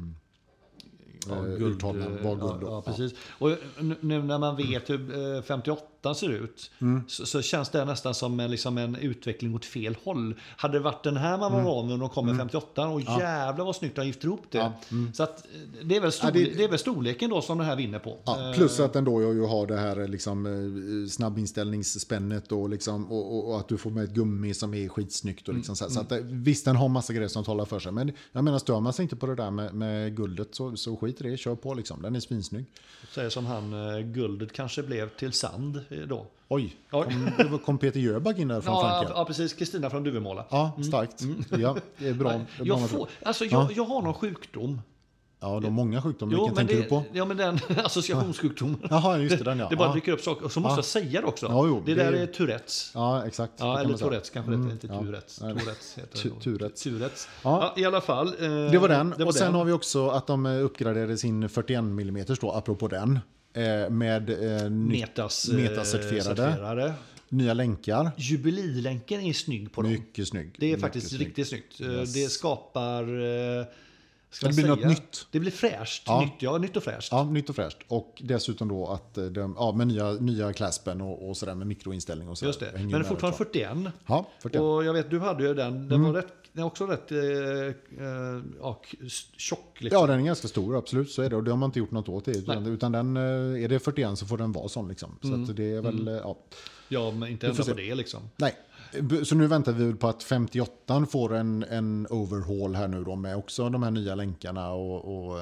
urtavlan var guld. Ja, precis. Och nu när man vet hur 58 ser ut så känns det nästan som en utveckling åt fel håll. Hade det varit den här man var van med när de kom med 58 och jävlar vad snyggt att gifta ihop det. Ja. Så att det är väl storleken då som den här vinner på. Ja, plus att den då ju har det här liksom snabbinställningsspännet och liksom och att du får med ett gummi som är skitsnyggt och liksom så att visst den har massa grejer som talar för sig, men jag menar stör man sig inte på det där med guldet så skit i det, kör på liksom. Den är svinsnygg. Säger som guldet kanske blev till sand då. Oj, kom Peter Jöback in där från Frankrike? Ja, precis. Kristina från Duvemåla. Ja, starkt. Ja, det är bra. Jag har någon sjukdom. Ja, de många sjukdomar. Vilken tänker du på? Ja, men den associationssjukdomen. Jaha, just det, den Det bara dyker upp saker. Och så måste jag säga det också. Ja, det där är Tourettes. Ja, exakt. Ja, eller Tourettes kanske det inte Tourettes. Tourettes. Ja, i alla fall. Det var den. Och sen har vi också att de uppgraderade sin 41 mm då, apropå den. Med metacertifierade. Nya länkar. Jubililänken är snygg på dem. Mycket snygg. Det är faktiskt riktigt snyggt. Yes. Det skapar... det blir något nytt. Det blir fräscht. Nytt och fräscht. Ja, nytt och fräscht. Och dessutom då att med nya claspen och sådär med mikroinställning och så. Just det. Men det är fortfarande 41. Ja, 41. Och jag vet, du hade ju den. Den var också rätt tjock. Liksom. Ja, den är ganska stor, absolut. Så är det. Och det har man inte gjort något åt det. Utan den, är det 41 så får den vara sån liksom. Så att det är väl, Ja, men inte ändå på det liksom. Nej. Så nu väntar vi på att 58 får en overhaul här nu då med också de här nya länkarna och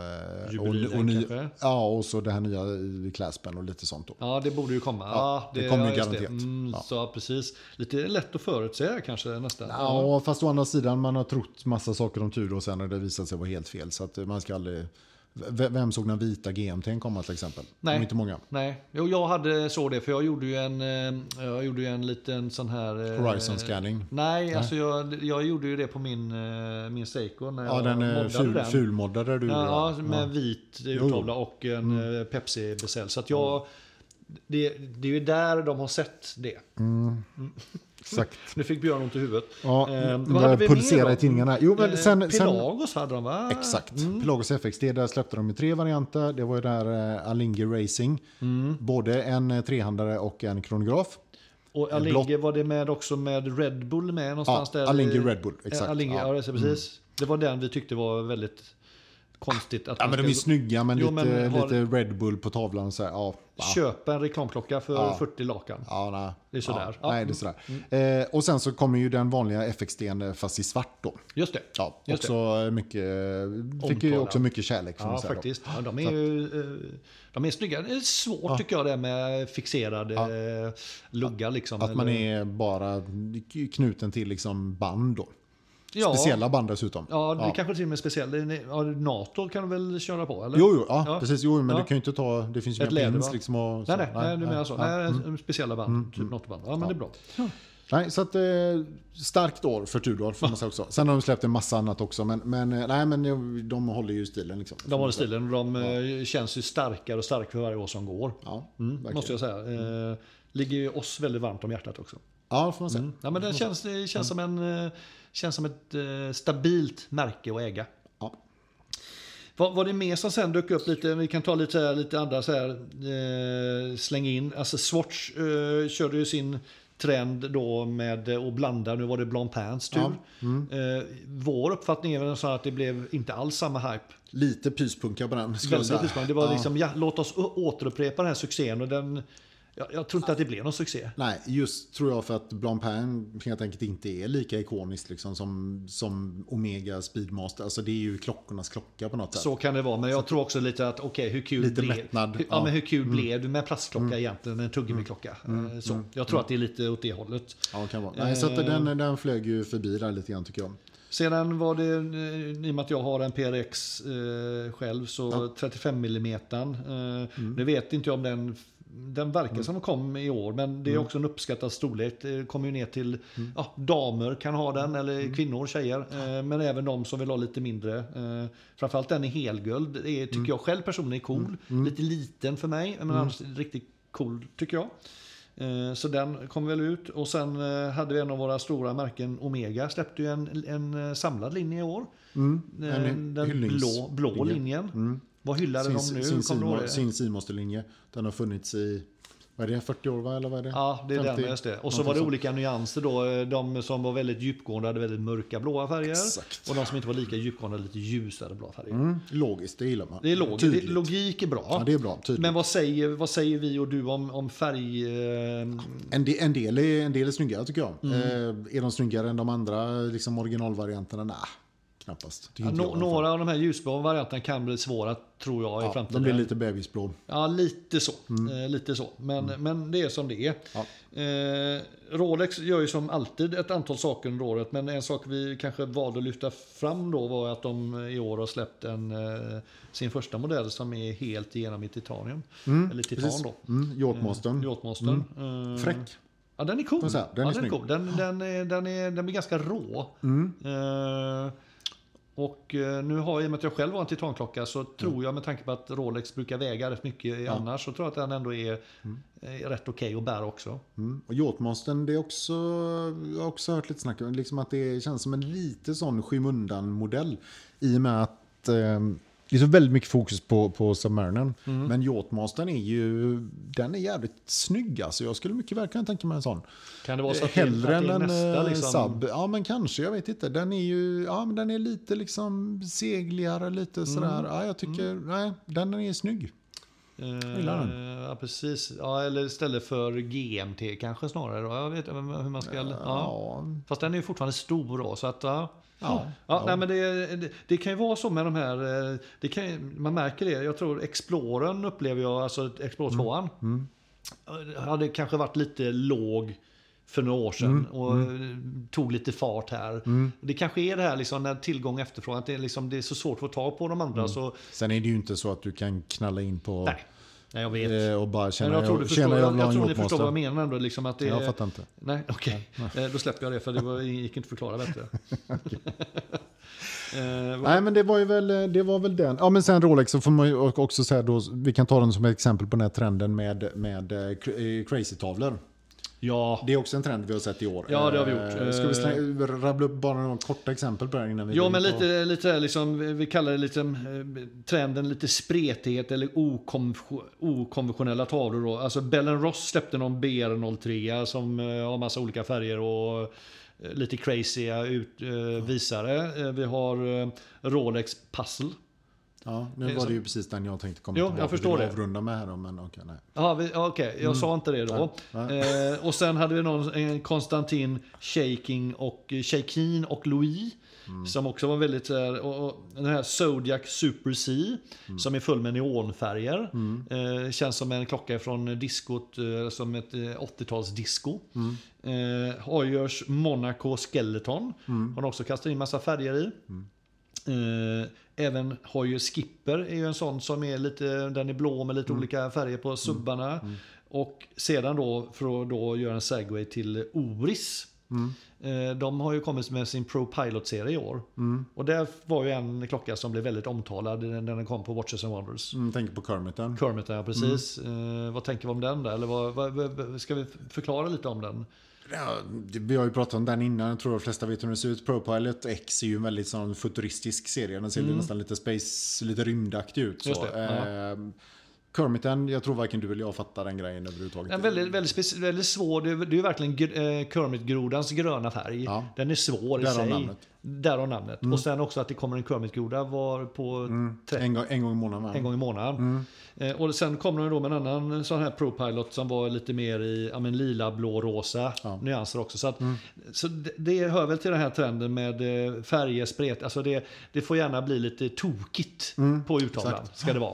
så det här nya claspen och lite sånt då. Ja, det borde ju komma. Ja, det kommer ju garanterat. Så precis. Lite lätt att förutsäga kanske nästan. Ja, fast å andra sidan man har trott massa saker om Tudor och sen har det visat sig vara helt fel. Så att man ska aldrig... Vem såg den vita GMT:n komma till exempel? Nej. Inte många. Nej, jag hade så det för jag gjorde ju en liten sån här Horizon scanning. Nej, alltså jag gjorde ju det på min Seiko när jag den fulmoddade du. Ja, med vit urtavla och en Pepsi besäll. Så att det är ju där de har sett det. Exakt. Nu fick Björn ont i huvudet. Ja, pulsera i tidningarna. Jo, men Pelagos hade de, va? Exakt. Pelagos FXD, där släppte de i 3 varianter. Det var ju där Alinghi Racing. Både en 3-handare och en kronograf. Och Alinghi var det med också med Red Bull med någonstans där. Alinghi Red Bull, exakt. Alinghi, ja, precis. Det var den vi tyckte var väldigt konstigt. Att men de är snygga, men lite Red Bull på tavlan. Så här, köpa en reklamklocka för 40 lakan. Nej. Det är sådär. Nej, det är sådär. Och sen så kommer ju den vanliga FX-DN fast i svart då. Just det. Ja, också mycket, fick ju också mycket kärlek. Ja, faktiskt. Ja, de är snygga. Det är svårt tycker jag det med fixerade luggar. Liksom, att man är bara knuten till liksom band då. Speciella band dessutom. Ja, det kanske till och med speciella. NATO kan du väl köra på, eller? Jo, precis. Jo, men du kan ju inte ta... Det finns ju inga pins liksom. Och så. Nej, du menar så. Nej, speciella band, typ NATO-band. Ja, men det är bra. Nej, så att starkt år för Tudor får man säga också. Sen har de släppt en massa annat också, men de håller ju stilen liksom. De håller stilen och de känns ju starkare och starkare för varje år som går. Ja, måste jag säga. Ligger ju oss väldigt varmt om hjärtat också. Ja, får man säga. Ja, men det känns som ett stabilt märke att äga. Ja. Vad det mer som sen dök upp lite, vi kan ta lite andra så här, släng in. Alltså Swatch körde ju sin trend då med att blanda, nu var det Blancpains tur. Vår uppfattning är väl så att det blev inte alls samma hype. Lite pyspunka på den. Det var liksom, låt oss återupprepa den här succén och den... Jag tror inte att det blev någon succé. Nej, just tror jag för att Blancpain helt enkelt inte är lika ikoniskt liksom, som Omega Speedmaster. Alltså det är ju klockornas klocka på något sätt. Så kan det vara, men jag tror också lite att hur kul lite blev mättnad. Men hur kul blev det med plastklocka egentligen, en tuggummi-klocka. Så jag tror att det är lite åt det hållet. Ja, kan vara. Nej, så att den flög ju förbi där lite grann tycker jag. Sedan var det, i och med att jag har en PRX själv, så 35 mm. Nu vet inte jag om den verkar som kom i år, men det är också en uppskattad storlek. Det kommer ju ner till damer kan ha den, eller kvinnor, tjejer, men även de som vill ha lite mindre. Framförallt den i helguld tycker jag själv personligen är cool. Lite liten för mig, men annars riktigt cool tycker jag. Så den kom väl ut. Och sen hade vi en av våra stora märken, Omega, släppte ju en samlad linje i år. Den blå linjen. Vad hyllade de nu? Sin Seamaster-linje. Den har funnits i, vad är det, 40 år va? Eller vad är det? Ja, det är 50, den just det. Och så var det olika nyanser då. De som var väldigt djupgående hade väldigt mörka blåa färger. Exakt. Och de som inte var lika djupgående hade lite ljusare blåa färger. Logiskt, det gillar man. Det är logiskt. Logik är bra. Ja, det är bra, tydligt. Men vad säger vi och du om färg? En del är snygga tycker jag. Är de snyggare än de andra liksom originalvarianterna? Nej. Knappast. Några av de här ljusblå varianterna kan bli svåra, tror jag, i framtiden. De blir lite bebisblå. Ja, lite så. Lite så. Men det är som det är. Ja. Rolex gör ju som alltid ett antal saker under året, men en sak vi kanske valde att lyfta fram då var att de i år har släppt sin första modell som är helt igenom i titanium. Eller titan då. Yachtmastern. Fräck. Ja, den är cool. Den är cool. Den blir ganska rå. Och nu har, i och med att jag själv har en titanklocka, så tror jag, med tanke på att Rolex brukar väga rätt mycket annars, så tror jag att den ändå är rätt okej att bära också. Och Yachtmastern, det är också, jag har också hört lite snack liksom att det känns som en lite sån skymundan-modell, i och med att det är så väldigt mycket fokus på Submarinern. Men Yachtmastern den är jävligt snygg. Alltså jag skulle mycket väl kunna tänka mig en sån. Kan det vara så att hellre än en nästa, liksom? Sub? Ja, men kanske, jag vet inte. Den är ju, men den är lite liksom segligare, lite sådär. Ja, jag tycker, nej, den är snygg. Ja, precis. Ja, eller istället för GMT kanske snarare då. Jag vet inte hur man ska... Fast den är ju fortfarande stor då, så att... Nej, men det kan ju vara så med de här, man märker det. Jag tror Explorern upplever jag, alltså Explorer 2an hade kanske varit lite låg för några år sedan och tog lite fart här. Det kanske är det här liksom, när tillgång och efterfrågan, att det är så svårt att få tag på de andra. Så... Sen är det ju inte så att du kan knalla in på... Nej, jag vet. Och bara känna, jag tror du förstår vad jag menar ändå. Liksom att det, jag fattar inte. Nej, okej. Då släpper jag det, för det gick inte att förklara bättre. Nej, men det var väl den. Ja, men sen Rolex, så får man ju också säga då, vi kan ta den som ett exempel på den här trenden med crazy-tavlor. Ja. Det är också en trend vi har sett i år. Ja, det har vi gjort. Ska vi rabbla upp bara några korta exempel på det innan vi... Ja, men lite liksom, vi kallar det liksom trenden lite spretighet eller okonventionella tavlor då. Alltså Bell & Ross släppte någon BR03 som har massa olika färger och lite crazy visare. Vi har Rolex Puzzle. Ja, nu var det ju precis den jag tänkte komma tillbaka. Jag förstår det. Avrunda med här, men okej, nej. Ja, okej, jag sa inte det då. Och sen hade vi en Konstantin Shakin och Louis. Som också var väldigt så här, och den här Zodiac Super C som är full med neonfärger. Känns som en klocka från diskot, som ett 80-talsdisco. Hoyers Monaco Skeleton. Har också kastat in massa färger i. Även Hoyer Skipper är ju en sån som är lite, den är blå med lite olika färger på subbarna. Och sedan då, för att då göra en segway till Oris. De har ju kommit med sin Pro Pilot-serie i år. Och det var ju en klocka som blev väldigt omtalad när den kom på Watches and Wonders. Tänker på Kermiten. Kermiten, ja, precis. Vad tänker vi om den där? Eller ska vi förklara lite om den? Ja, vi har ju pratat om den innan. Jag tror de flesta vet hur den ser ut. Pro Pilot X är ju en väldigt sån futuristisk serie. Den ser nästan lite space, lite rymdaktig ut. Så. Kermiten, jag tror varken du eller jag fattar den grejen överhuvudtaget. Den är väldigt svår. Det är ju verkligen Kermit-grodans gröna färg. Ja. Den är svår i sig. Därav namnet. Och sen också att det kommer en Kermit-groda var på en gång i månaden. En gång i månaden. Och sen kommer de då med en annan sån här Pro Pilot som var lite mer i lila, blå, rosa nyanser också. Så, så det hör väl till den här trenden med färger, spret. Alltså det får gärna bli lite tokigt på uttavlan, ska det vara.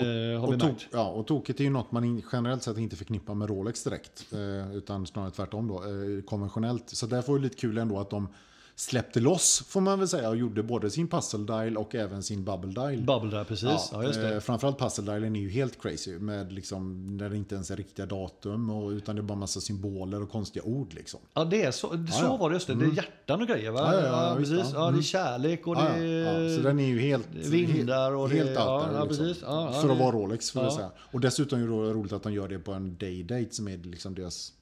Och tokigt är ju något man generellt sett inte förknippar med Rolex direkt. Utan snarare tvärtom då, konventionellt. Så därför är det lite kul ändå att de släppte loss, får man väl säga, och gjorde både sin puzzle dial och även sin bubble dial. Bubble dial, precis. Ja, just det. Framförallt puzzle dialen är ju helt crazy med liksom, när det inte ens är riktiga datum utan det är bara massa symboler och konstiga ord liksom. Ja, det är så var det just det. Det är hjärtan och grejer, va? Ja, precis. Ja, det är kärlek och det är så den är ju helt vindar och helt där, liksom. Precis. För att vara Rolex, får jag säga. Och dessutom är det roligt att de gör det på en day-date som är liksom deras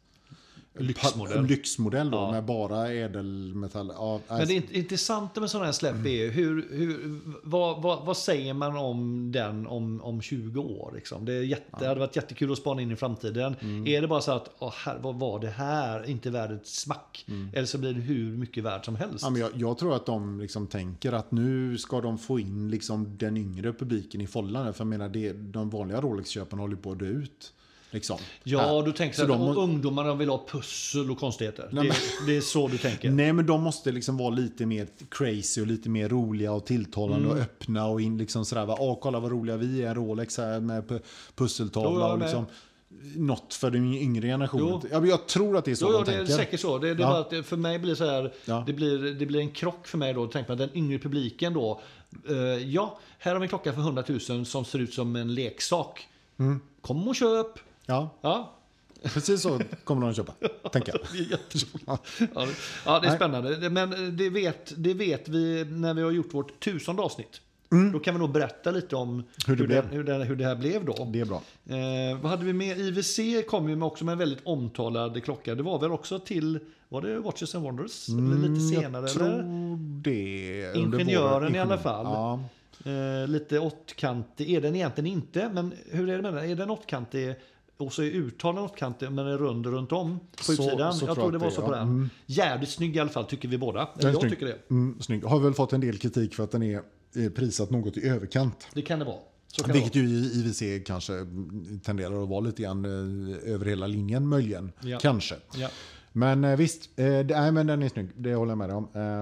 lyxmodell då, med bara ädelmetall. Ja, men det är intressant med sådana här släpp är vad säger man om den om 20 år liksom? Det hade varit jättekul att spana in i framtiden. Är det bara så att vad var det här inte värd ett smack? Eller så blir det hur mycket värd som helst? Ja, men jag tror att de liksom tänker att nu ska de få in liksom den yngre publiken i follan. För jag menar, de vanliga Rolex-köpen håller på att dö ut. Liksom. Ja, du tänker så att ungdomarna vill ha pussel och konstigheter. Det är så du tänker. Nej, men de måste liksom vara lite mer crazy och lite mer roliga och tilltalande och öppna och in liksom sådär. Kolla vad roliga vi är, Rolex här med pusseltavla och liksom något för den yngre generationen. Ja, men jag tror att det är så de tänker. Det är säkert så. Det är bara att för mig blir det så här, det blir en krock för mig då. Tänk på den yngre publiken då. Här har vi en klocka för 100 000 som ser ut som en leksak. Kom och köp. Ja. Precis så kommer de att köpa, tänker jag. Det är jätteroligt. Ja, det är spännande. Men det vet vi när vi har gjort vårt 1000:e avsnitt. Då kan vi nog berätta lite om hur det här blev då. Det är bra. Vad hade vi med? IWC kom ju också med en väldigt omtalad klocka. Det var väl också var det Watches and Wonders? Eller lite senare? Jag tror det. Ingenjören i alla fall. Ja. Lite åttkantig. Är den egentligen inte? Men hur är det med den? Är den åttkantig? Och så är uttalen åttkantig men är rund runt om på utsidan. Jag tror det var så på den. Jävligt snygg i alla fall, tycker vi båda. Jag tycker det. Snygg. Har väl fått en del kritik för att den är prisat något i överkant. Det kan det vara. Vilket ju i IWC kanske tenderar att vara lite grann över hela linjen möjligen. Ja. Kanske. Ja. Men visst, men den är snygg. Det håller jag med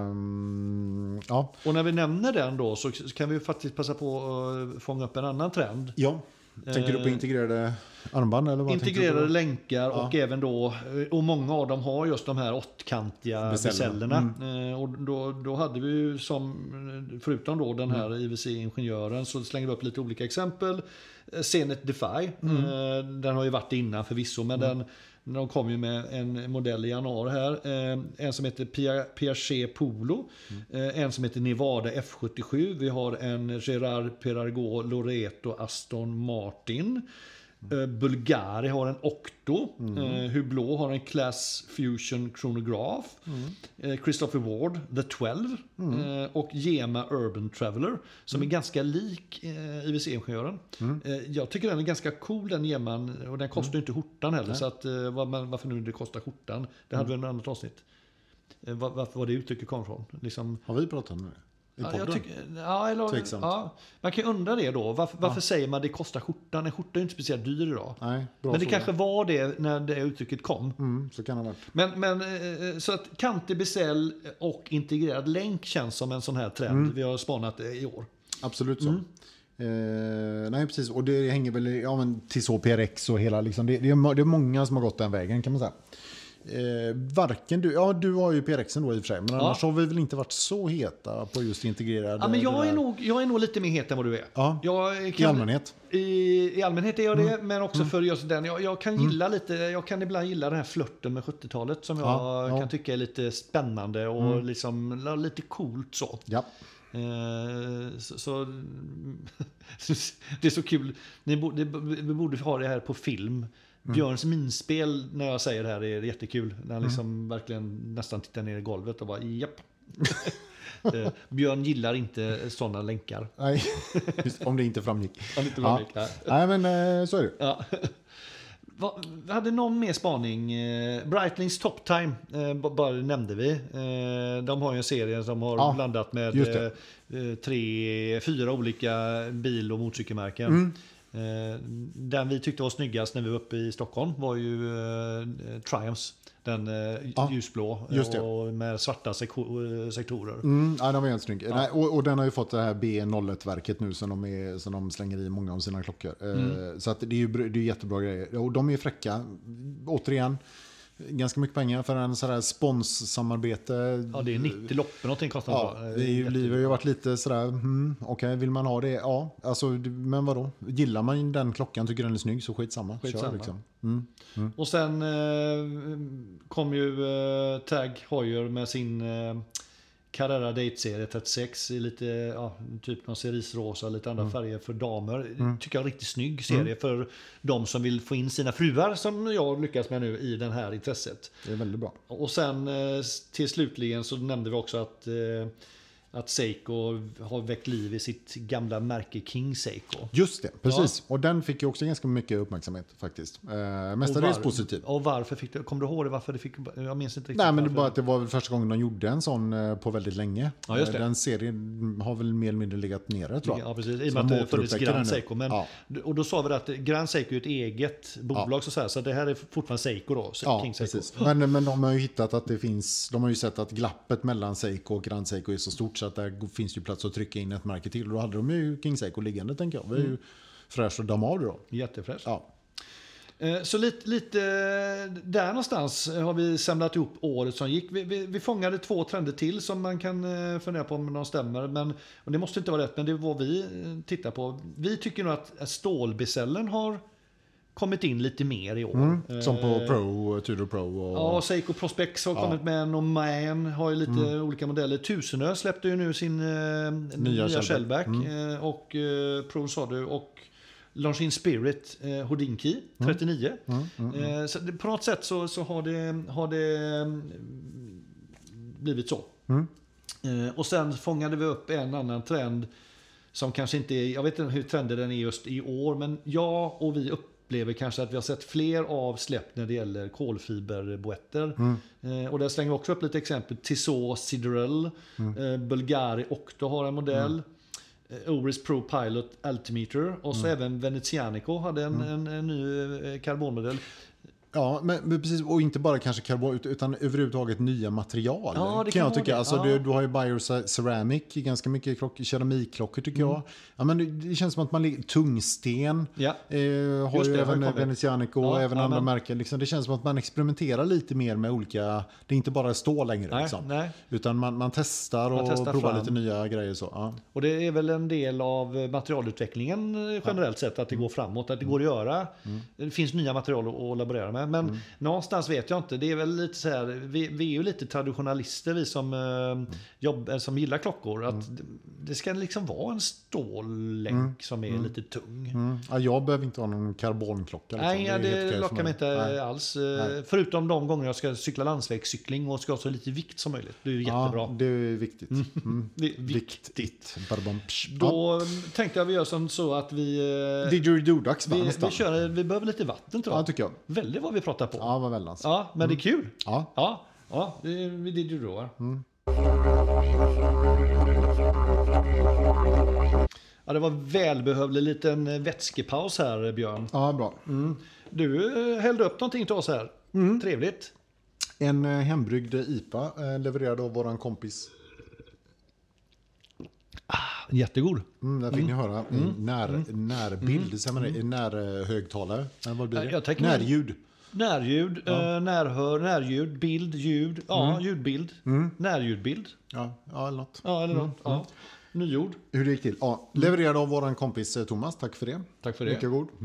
om. Ja. Och när vi nämner den då så kan vi faktiskt passa på att fånga upp en annan trend. Ja. Tänker du på integrerade armband? Eller vad integrerade länkar och även då, och många av dem har just de här åttkantiga becellerna. Och då hade vi ju förutom då den här IWC-ingenjören så slänger vi upp lite olika exempel. Zenith Defy, den har ju varit innan förvisso, men de kom ju med en modell i januari här. En som heter Piaget Polo. En som heter Nevada F77. Vi har en Gerard Perregaux Loreto Aston Martin. Bulgari har en Octo. Hublot har en Class Fusion Chronograph. Christopher Ward The 12. Och Yema Urban Traveler som är ganska lik IWC-ingenjören. Jag tycker den är ganska cool, den Yeman, och den kostar inte skjortan heller. Så att, varför nu det kostar skjortan, det hade vi en annat avsnitt. Varför var det uttrycket kom från liksom, har vi pratat om det? Man kan ju undra det då. Varför säger man det kostar skjortan? En skjorta är inte speciellt dyr idag. Nej, men det kanske var det när det uttrycket kom. Så kan det vara. Men så att kantig beställ och integrerad länk känns som en sån här trend vi har spanat i år. Absolut så. Nej, precis. Och det hänger väl Tissot PRX och hela liksom, det är många som har gått den vägen kan man säga. Varken du har ju PRXen då i och för sig, men annars har vi väl inte varit så heta på just integrerade. Ja, men jag är nog lite mer het än vad du är. Ja, i allmänhet. I allmänhet är jag det, men också för just den. Jag kan gilla lite, jag kan ibland gilla den här flirten med 70-talet som jag kan tycka är lite spännande och liksom lite coolt så. Ja. Så det är så kul. Vi borde ha det här på film. Björns minspel när jag säger det här är jättekul. När han liksom verkligen nästan tittar ner i golvet och bara japp. Björn gillar inte sådana länkar. Nej, just om det inte framgick. Nej, men så är det. Ja. Vi hade någon mer spaning. Breitlings Top Time bara nämnde vi. De har ju en serie som har blandat med 3-4 olika bil- och motorcykelmärken. Den vi tyckte var snyggast när vi var uppe i Stockholm var ju Triumphs. Den ljusblå och med svarta sektorer. Ja, den var helt snygg. Nej, och den har ju fått det här B01-verket nu som de slänger i många av sina klockor. Så att det är ju jättebra grejer. Och de är fräcka. Återigen, ganska mycket pengar för en sådär sponssamarbete. Ja, det är 90 lopp någonting kostar. Det har ju varit lite sådär, okej, vill man ha det? Ja, alltså, men vadå? Gillar man den klockan, tycker den är snygg, så skitsamma. Kör, liksom. Och sen kom ju Tag Heuer med sin Carrera Date-serie 36 i lite typ någon cerisrosa, lite andra färger för damer. Tycker jag är riktigt snygg serie för de som vill få in sina fruar, som jag lyckas med nu i den här intresset. Det är väldigt bra. Och sen till slutligen så nämnde vi också att Seiko har väckt liv i sitt gamla märke King Seiko. Just det, precis. Och den fick ju också ganska mycket uppmärksamhet faktiskt. Mestadels positivt. Och varför kommer du ihåg det? Varför det fick, jag minns inte riktigt. Nej, men det var att det var första gången de gjorde en sån på väldigt länge. Ja, just det. Den serien har väl mer eller mindre legat nere, tror jag. Ja, precis. I och med att det funnits Grand Seiko. Men, och då sa vi att Grand Seiko är ett eget bolag så det här är fortfarande Seiko då. King Seiko. Precis. Men de har ju hittat att det finns, de har ju sett att glappet mellan Seiko och Grand Seiko är så stort så att där finns ju plats att trycka in ett märke till. Och då hade de ju King Seiko liggande, tänker jag. Det är ju fräscht att damma av det då. Jättefräscht. Ja. Så lite där någonstans har vi samlat ihop året som gick. Vi fångade 2 trender till som man kan fundera på om de stämmer. Och det måste inte vara rätt, men det är vad vi tittar på. Vi tycker nog att stålbesällen har kommit in lite mer i år. Som på Tudor Pro. Ja, Seiko Prospex har kommit med och Man har ju lite olika modeller. Tusenö släppte ju nu sin nya Shellback och Pro Sadu och Longines Spirit Hodinkey 39. Så på något sätt så har det blivit så. Och sen fångade vi upp en annan trend som kanske inte är, jag vet inte hur trenden den är just i år, men och vi upplever kanske att vi har sett fler av släpp när det gäller kolfiberboetter. Och där slänger vi också upp lite exempel. Tissot Siderel, Bulgari Octo har en modell. Oris Pro Pilot Altimeter och så även Venezianico hade en ny karbonmodell. Ja, men precis, och inte bara kanske karbon utan överhuvudtaget nya material. Ja, det kan jag tycka. Det. Alltså, du har ju Bioceramic, ganska mycket keramikklockor tycker jag. Ja, men det känns som att man ligger tungsten. Ja. Har ju även Venezianico och även andra märken. Liksom, det känns som att man experimenterar lite mer med olika. Det är inte bara stål längre. Nej, liksom. nej. Utan man testar och provar fram lite nya grejer. Så. Ja. Och det är väl en del av materialutvecklingen generellt sett att det går framåt. Att det går att göra. Det finns nya material att laborera med. Men någonstans vet jag inte. Det är väl lite så här, vi är ju lite traditionalister vi som gillar klockor. Att det ska liksom vara en stållänk som är lite tung. Ja, jag behöver inte ha någon karbonklocka. Liksom. Nej, det lockar mig inte alls. Nej. Förutom de gånger jag ska cykla landsvägscykling och ska ha så lite vikt som möjligt. Det är ju jättebra. Ja, det är viktigt. Viktigt. Då tänkte jag vi gör som så att vi... Didgeridoo-dags vi behöver lite vatten, tror jag. Ja, tycker jag. Väldigt vad vi pratar på. Ja, vad väl alltså. Ja, men det är kul. Ja. Ja, det är didgeridoo. Ja, det var välbehövlig liten vätskepaus här, Björn. Ja, bra. Du hällde upp någonting till oss här. Trevligt. En hembryggd IPA levererad av våran kompis. Jättegod. Där fick ni höra närbild, närhögtalare. Vad blir det? Närljud. Närljud, närhör, närljud, bild, ljud. Ja, ljudbild. Närljudbild. Ja, eller något. Ja, eller något. Ja. Nyord. Hur det gick till. Ja, levererad av våran kompis Thomas. Tack för det. Tack för det. Mycket god.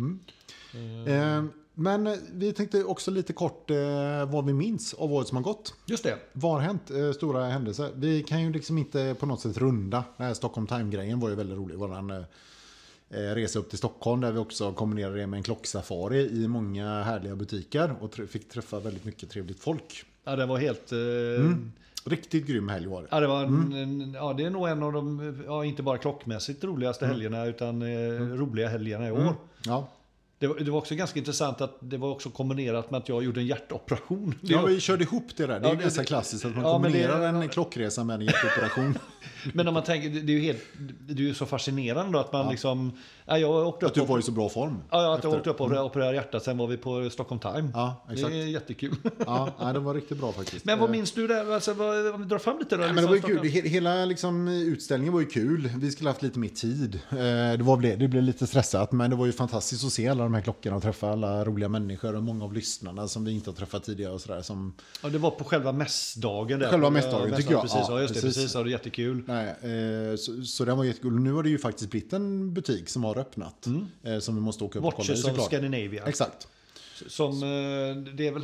Men vi tänkte också lite kort vad vi minns av året som har gått. Just det. Vad har hänt? Stora händelser. Vi kan ju liksom inte på något sätt runda. Den här Stockholm Time-grejen var ju väldigt rolig. Våran resa upp till Stockholm där vi också kombinerade det med en klocksafari i många härliga butiker. Och fick träffa väldigt mycket trevligt folk. Ja, det var helt... Riktigt grym helg var det. Ja, det var det är nog en av de, inte bara klockmässigt roligaste helgerna utan roliga helgerna i år. Ja. Det var också ganska intressant att det var också kombinerat med att jag gjorde en hjärtoperation. Ja, vi körde ihop det där. Det är ganska klassiskt att man kombinerar en klockresa med en hjärtoperation. Men om man tänker, det är ju så fascinerande då att man liksom... Ja, jag åkte upp att du var i så bra form. Ja, att jag åkte upp och opererade hjärtat. Sen var vi på Stockholm Time. Ja, exakt. Det är jättekul. Ja, det var riktigt bra faktiskt. Men vad minns du där? Alltså, om vi drar fram lite då? Men det var ju kul. Hela liksom, utställningen var ju kul. Vi skulle haft lite mer tid. Det blev lite stressat. Men det var ju fantastiskt att se alla de här klockorna och träffa alla roliga människor och många av lyssnarna som vi inte har träffat tidigare och sådär. Ja, det var på själva mässdagen där. Själva mässdagen tycker jag. Precis, ja, just det. Precis, det var jättekul. Nej, så den var jättekul. Nu har det ju faktiskt blivit en butik som har öppnat. Som vi måste åka upp och kolla. Watches of Scandinavia. Exakt. Som, det är väl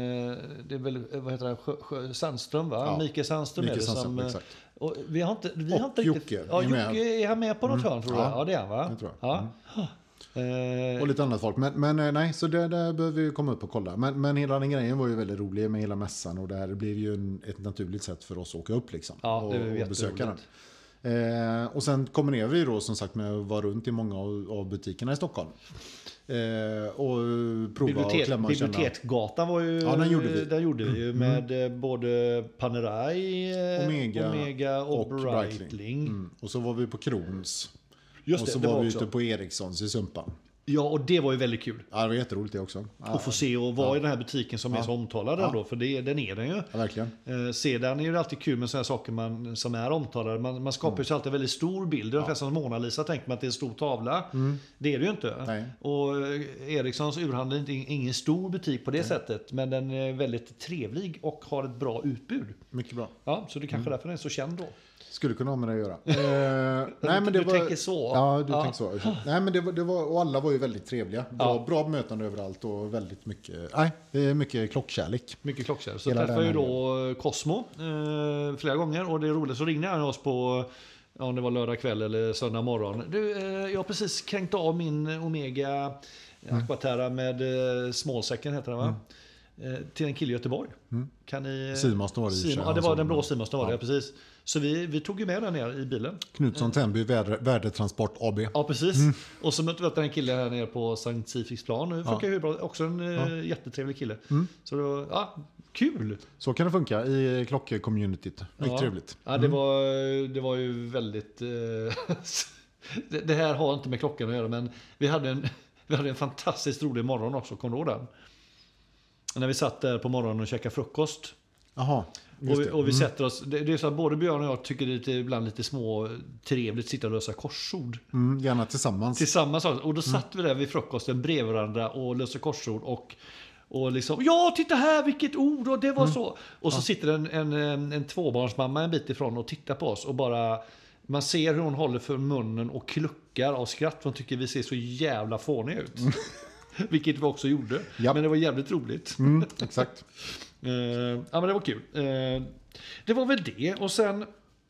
vad heter det, Sandström va? Ja. Mikael Sandström är det som... Exakt. Och vi har inte riktigt... Jocke. Ja, Jocke är han med på något hörn tror jag. Ja, det är han va? Jag tror. Ja. Och lite annat folk. Men nej, så där behöver vi komma upp och kolla. Men hela den grejen var ju väldigt rolig med hela mässan. Och det här blev ju ett naturligt sätt för oss att åka upp liksom. Ja, det och besöka den. Och sen kombinerar vi då som sagt med att vara runt i många av butikerna i Stockholm. Och prova och klämma och känna. Biblioteksgatan var ju... Ja, den gjorde vi ju med både Panerai, Omega och Breitling. Och så var vi på Krons. Just och så var vi ute på Erikssons i Sumpan. Ja, och det var ju väldigt kul. Ja, det var jätteroligt det också. Att få se och vara i den här butiken som är så omtalad ändå, för den är den ju. Ja, verkligen. Sedan är det alltid kul med sådana saker som är omtalade. Man skapar ju så alltid en väldigt stor bild. Det är ungefär som Mona Lisa tänker man att det är en stor tavla. Det är det ju inte. Nej. Och Erikssons urhandel är ingen stor butik på det sättet, men den är väldigt trevlig och har ett bra utbud. Mycket bra. Ja, så det kanske därför den är så känd då. Skulle kunna ha med det att göra. Nej, men du tänker så. Ja, du tänker så. Nej, men det var, och alla var ju väldigt trevliga. Bra mötande överallt och väldigt mycket, mycket klockkärlek. Mycket klockkärlek. Så träffade ju då Cosmo flera gånger och det är roligt. Så ringde han oss på, om det var lördag kväll eller söndag morgon. Du, jag har precis kränkt av min Omega Aquaterra med smålsäcken heter den va? Till en kille i Göteborg. Kan ni... Seamaster var det i Ja, det var den blå Seamaster var det, precis. Så vi tog ju med den ner i bilen. Knutsson Tenby Värdetransport AB. Ja, precis. Och så mötte vi upp en kille här nere på Sankt Sifiksplan. Nu funkar ju bra. Också en jättetrevlig kille. Så det var, kul. Så kan det funka i klock-communityt. Mycket trevligt. Ja, det var ju väldigt... det här har inte med klockan att göra, men vi hade en fantastiskt rolig morgon också, kom du ihåg den? När vi satt där på morgonen och käkade frukost. Jaha. Och vi sätter oss, det är så att både Björn och jag tycker det är ibland lite trevligt att sitta och lösa korsord. Gärna tillsammans. Och då satt vi där vid frukosten bredvid varandra och löste korsord och liksom, ja titta här vilket ord och det var så. Och så sitter en tvåbarnsmamma en bit ifrån och tittar på oss och bara, man ser hur hon håller för munnen och kluckar av skratt. Hon tycker vi ser så jävla fåniga ut. Vilket vi också gjorde. Japp. Men det var jävligt roligt. Exakt. Ja, men det var kul. Det var väl det. Och sen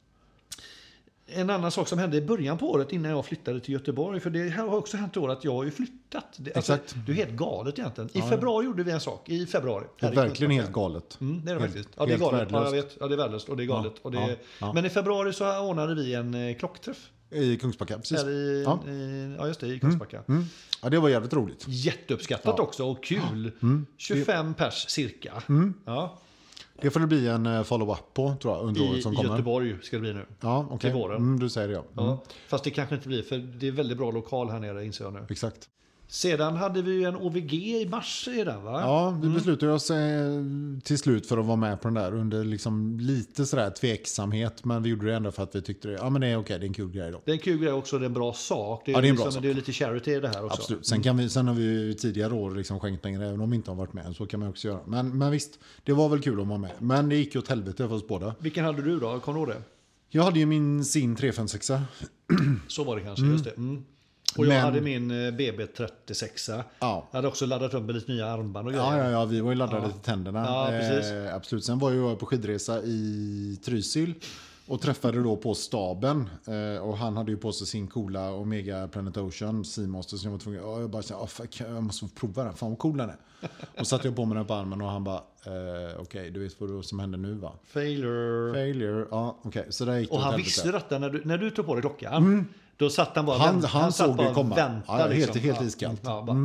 en annan sak som hände i början på året innan jag flyttade till Göteborg. För det har också hänt år att jag har ju flyttat. Exakt. Det är helt galet egentligen. I februari gjorde vi en sak. I februari. Det är verkligen helt galet. Det är det faktiskt. Ja, det är galet. Ja, jag vet. Ja, det är värdelöst och det är galet. Men i februari så ordnade vi en klockträff. I Kungsbacka, precis. Ja, just det, i Kungsbacka. Ja, det var jävligt roligt. Jätteuppskattat också och kul. 25 pers cirka. Ja. Det får det bli en follow-up på, tror jag, under året som kommer. I Göteborg ska det bli nu. Ja, okej. Till våren. Du säger det, ja. Fast det kanske inte blir, för det är väldigt bra lokal här nere, inser jag nu. Exakt. Sedan hade vi ju en OVG i mars redan, va? Ja, vi beslutade oss till slut för att vara med på den där under liksom lite sådär tveksamhet. Men vi gjorde det ändå för att vi tyckte det, det är okej, det är en kul grej då. Det är en kul grej också, det är en bra sak. Det är, det är en bra sak. Det är lite charity i det här också. Absolut. Sen har vi tidigare år liksom skänkt pengar även om vi inte har varit med. Så kan man också göra. Men visst, det var väl kul att vara med. Men det gick ju åt helvete för oss båda. Vilken hade du då? Kommer du ihåg det? Jag hade ju min Sin 356. Så var det kanske, just det. Och jag hade min BB36. Ja. Jag hade också laddat upp med lite nya armband och grejer. Ja, vi var ju laddade till tänderna. Ja, precis. Absolut. Sen var jag på skidresa i Trysil och träffade då på staben. Och han hade ju på sig sin coola Omega Planet Ocean Seamaster. Så jag var tvungen, jag bara jag måste få prova den. Fan vad cool den är. Och satte jag på mig den på armen och han bara, okej, du vet vad som händer nu, va? Failure. Ja, okej. Så där gick det. Och han visste detta när du tog på dig klockan. Då satt han bara han såg det komma. Väntade, liksom. Helt iskallt.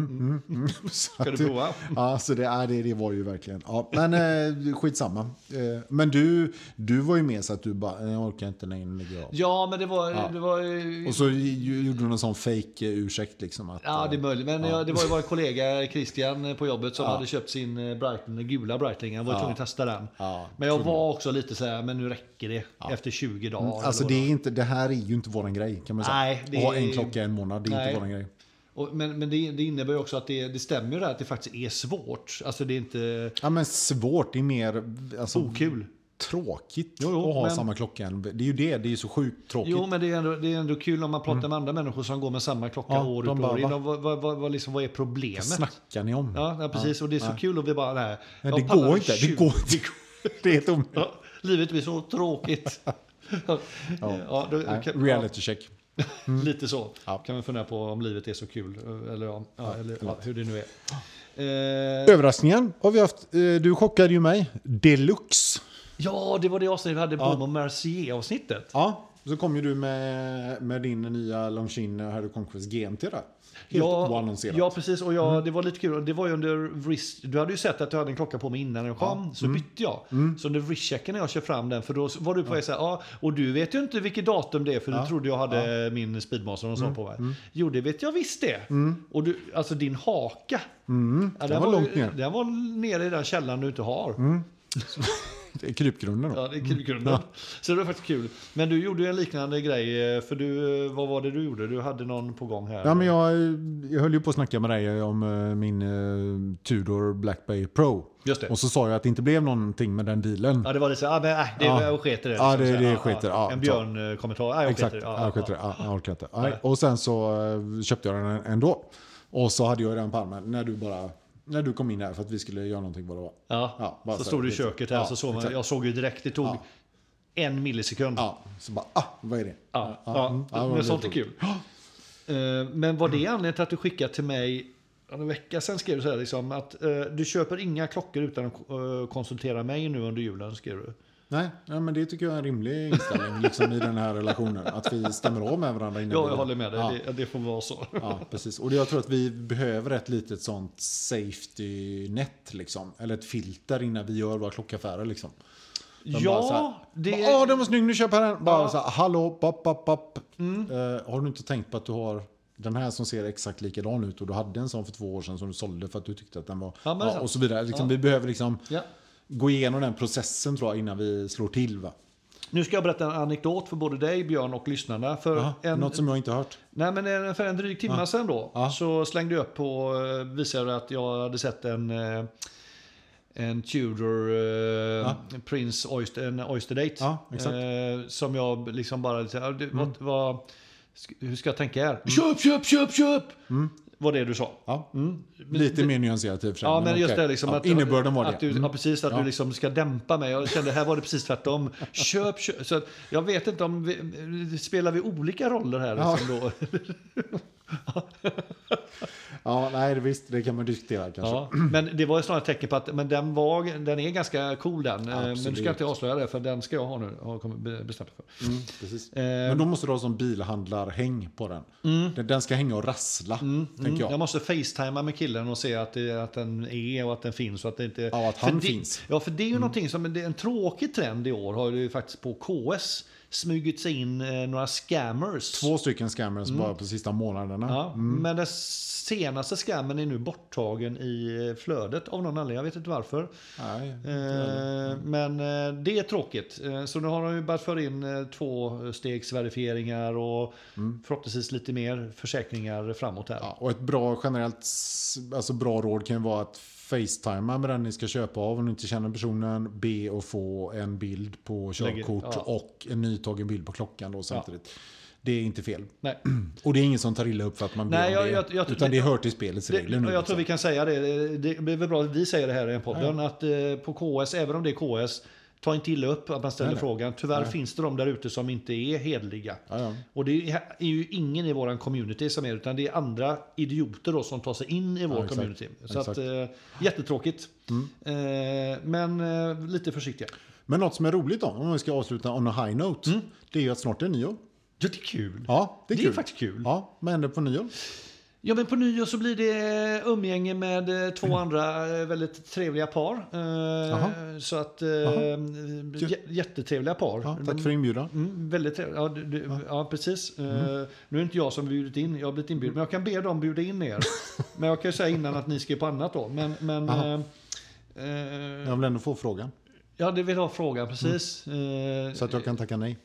Ska du prova? Ja, så det var ju verkligen. Ja, men skitsamma. Men du var ju med så att du bara, jag orkar inte längre. Ja, men det var... Och så gjorde du någon sån fake-ursäkt liksom. Att, ja, det är möjligt. Men det var ju vår kollega Christian på jobbet som hade köpt sin Breitling, gula Breitling. Han var tvungen att testa den. Ja, men jag var också lite så här, men nu räcker det efter 20 dagar. Alltså det här är ju inte våran grej, kan man säga. Nej, att ha en klocka en månad, det är inte våran grej. Men det innebär ju också att det stämmer ju där att det faktiskt är svårt. Alltså det är inte... Ja, men svårt, det är mer... Alltså, okul. Tråkigt att ha samma klocka. Det är ju det är ju så sjukt tråkigt. Jo, men det är ändå kul om man pratar med andra människor som går med samma klocka år ut och år in. Vad är problemet? Vad snackar ni om? Ja, precis. Och det är så kul och vi bara... Nej, det går inte. Det är helt omöjligt. Ja, livet blir så tråkigt. Reality check. Lite så. Kan man fundera på om livet är så kul. Eller hur det nu är. Överraskningen har vi haft. Du chockade ju mig. Deluxe. Ja, det var det avsnittet vi hade på Mercier-avsnittet. Ja, så kom ju du med din nya Longines Harry Conquest GMT där. Helt oannonserat. Ja, precis. Och det var lite kul. Det var ju under wrist. Du hade ju sett att du hade en klocka på mig innan den kom. Så bytte jag. Så under wristchecken när jag kör fram den. För då var du på väg säga, och du vet ju inte vilket datum det är. För du trodde jag hade min Speedmaster och så på mig. Jo, det vet jag visst det. Och du, alltså din haka. Den var långt ner. Den var nere i den källan du inte har. Det är krypgrunden då. Ja, det är krypgrunden. Så det var faktiskt kul. Men du gjorde ju en liknande grej. För vad var det du gjorde? Du hade någon på gång här. Ja, men jag höll ju på att snacka med dig om min Tudor Black Bay Pro. Just det. Och så sa jag att det inte blev någonting med den dealen. Ja, det var det så. Det sket det. Ja, det sket det. En Björn-kommentar. Exakt. Jag orkar inte. Och sen så köpte jag den ändå. Och så hade jag den på armen när du kom in här för att vi skulle göra någonting vad det var. Ja, så stod du i köket här så såg man, jag såg ju direkt, det tog 1 millisekund. Ja, så bara, vad är det? Men sånt är kul. Men var det anledningen till att du skickade till mig en vecka sen, skrev du så här liksom, att du köper inga klockor utan att konsultera mig nu under julen, skrev du. Nej, men det tycker jag är en rimlig inställning liksom, i den här relationen. Att vi stämmer av med varandra innan. Ja, jag håller med dig. Det får vara så. Ja, precis. Och jag tror att vi behöver ett litet sånt safety net liksom. Eller ett filter innan vi gör våra klockaffärer liksom. Den var snygg, nu köper jag den. Bara så här, hallå, pop. Har du inte tänkt på att du har den här som ser exakt likadan ut och du hade en sån för 2 år sedan som du sålde för att du tyckte att den var... och så vidare. Liksom, vi behöver liksom... gå igenom den processen tror jag innan vi slår till, va? Nu ska jag berätta en anekdot för både dig, Björn, och lyssnarna. Något som jag inte har hört. Nej, men för en dryg timme sedan då så slängde jag upp på, visade att jag hade sett en Tudor Prince Oyster Date. Som jag liksom bara hur ska jag tänka här? Köp! Var det du sa? Ja. Lite mer nyanserat i och för sig. Ja, men just det liksom att innebörden var det. Att du, precis, att du liksom ska dämpa mig. Jag kände här var det precis tvärtom. Köp. Så jag vet inte om spelar vi olika roller här liksom då. Ja, nej, visst, det kan man diskutera kanske. Ja, men det var ju snarare ett tecken på att den är ganska cool den. Men du ska inte avslöja det, för den ska jag ha nu. Har bestämt för. Precis. Men då måste du ha som bilhandlarhäng på den. Den ska hänga och rassla, tänker jag. Jag måste facetima med killen och se att den är och att den finns. Och att det inte, ja, att han finns. Ja, för det är ju någonting som en tråkig trend i år har ju faktiskt på KS smugit sig in några scammers. 2 stycken scammers bara på sista månaderna. Ja, men den senaste scammen är nu borttagen i flödet av någon anledning. Jag vet inte varför. Nej, men det är tråkigt. Så nu har de ju börjat föra in 2-stegsverifieringar och förhoppningsvis lite mer försäkringar framåt här. Ja, och ett bra generellt, alltså bra råd kan vara att facetima med den ni ska köpa av om ni inte känner personen, be och få en bild på körkort och en nytagen bild på klockan då samtidigt. Det är inte fel. Nej. Och det är ingen som tar illa upp för att man ber om det. Utan det hör till spelets regler nu. Jag tror vi kan säga det. Det är väl bra att vi säger det här i en podden. Ja. Att på KS, även om det är KS, ta inte illa upp att man ställer frågan. Tyvärr finns det de där ute som inte är hedliga. Ja. Och det är ju ingen i våran community som är, utan det är andra idioter då som tar sig in i vår community. Så att, jättetråkigt. Men lite försiktiga. Men något som är roligt då, om vi ska avsluta on a high note, det är ju att snart är nyår. Ja, det är kul. Ja, det är faktiskt kul. Ja, vad händer på nyår? Ja, men på nyår så blir det umgänge med 2 andra väldigt trevliga par. Så att jättetrevliga par. Ja, tack för inbjudan. Väldigt trevligt. Ja, precis. Nu är det inte jag som bjudit in. Jag har blivit inbjuden. Men jag kan be dem bjuda in er. Men jag kan ju säga innan att ni ska på annat då. Men jag vill ändå få frågan. Ja, det vill ha frågan, precis. Så att jag kan tacka nej.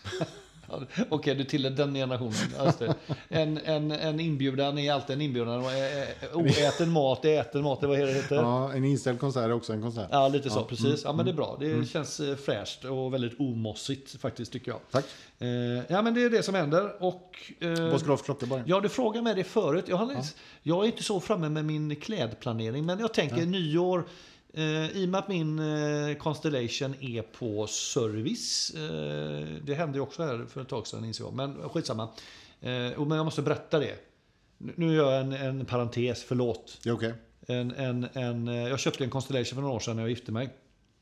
Okej, du tillhör den generationen. Alltså, en inbjudan är alltid en inbjudan. Oäten mat är äten mat. Vad heter det? Ja, en inställd konsert är också en konsert. Ja, lite så, precis. Ja, men det är bra. Det känns fräscht och väldigt omossigt faktiskt, tycker jag. Tack. Ja, men det är det som händer. Och, vad ska du ha för klocka bara? Ja, du frågade mig det förut. Jag är inte så framme med min klädplanering, men jag tänker nyår. I och med att min Constellation är på service. Det hände ju också här för ett tag sedan, inser jag. Men skitsamma. Men jag måste berätta det. Nu gör jag en parentes, förlåt. Det är okej. Jag köpte en Constellation för några år sedan när jag gifte mig.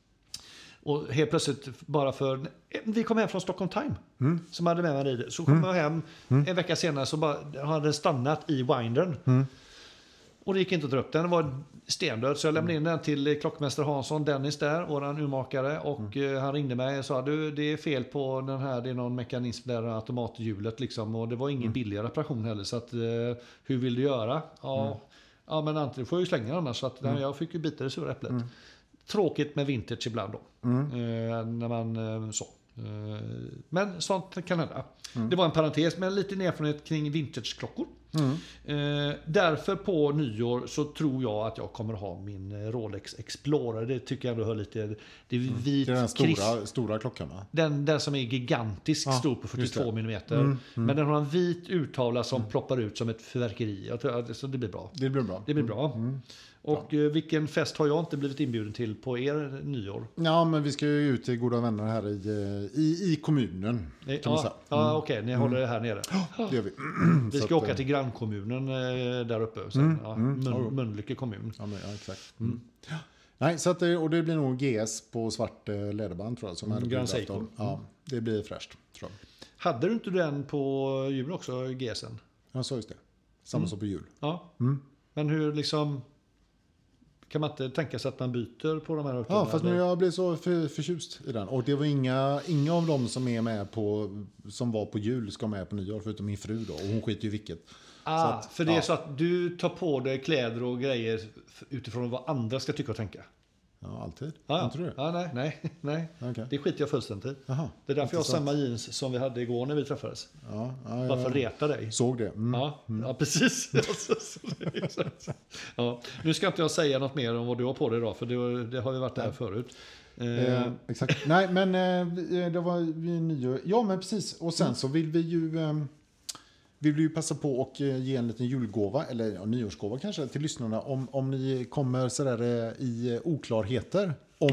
Och helt plötsligt, vi kom hem från Stockholm Time, som hade med mig i det. Så kom jag hem en vecka senare, så hade den stannat i windern. Och det gick inte att dra upp den. Den var stendöd. Så jag lämnade in den till klockmästare Hansson, Dennis där, våran urmakare. Och han ringde mig och sa, det är fel på den här, det är någon mekanism där, automathjulet liksom. Och det var ingen billig reparation heller. Så att, hur vill du göra? Ja, men antingen får jag ju slänga den annars. Så att, jag fick ju bita det sura äpplet. Tråkigt med vintage ibland då. När man så. Men sånt kan hända. Det var en parentes, men lite erfarenhet kring vintageklockor. Därför på nyår så tror jag att jag kommer ha min Rolex Explorer. Det tycker jag ändå hör lite. Det är vit, det är den stora klockan, va? Den som är gigantisk, stor på 42 mm. Men den har en vit urtavla som ploppar ut som ett fyrverkeri. Jag tror, så det blir bra. Det blir bra. Och vilken fest har jag inte blivit inbjuden till på er nyår? Ja, men vi ska ju ut till goda vänner här i kommunen, kan man säga. Ja, okej, ni håller det här nere. Det gör vi. Vi ska åka till grannkommunen där uppe. Mölnlycke kommun. Ja, exakt. Nej, så att och det blir nog GS på svart läderband, tror jag. Som Grand Seiko. Ja, det blir fräscht, tror jag. Hade du inte den på jul också, GSen? Ja, så just det. Samma som på jul. Ja. Men hur liksom... Kan man inte tänka sig att man byter på de här Ja, fast nu jag blev så förtjust i den. Och det var inga av dem som är med på, som var på jul, ska med på nyår, förutom min fru då. Och hon skiter ju vilket. För det är så att du tar på dig kläder och grejer utifrån vad andra ska tycka och tänka. Ja, alltid. Inte du? Ja, nej. Okay. Det skiter jag fullständigt. Aha, det är därför jag har samma jeans som vi hade igår när vi träffades. Bara för att reta dig. Såg det. Ja, precis. Nu ska inte jag säga något mer om vad du har på dig idag, för det har ju varit där förut. Exakt. Nej, men det var nyår. Ja, men precis. Och sen så vill vi ju... vill vi ju passa på och ge en liten julgåva, eller nyårsgåva kanske, till lyssnarna. Om ni kommer sådär i oklarheter om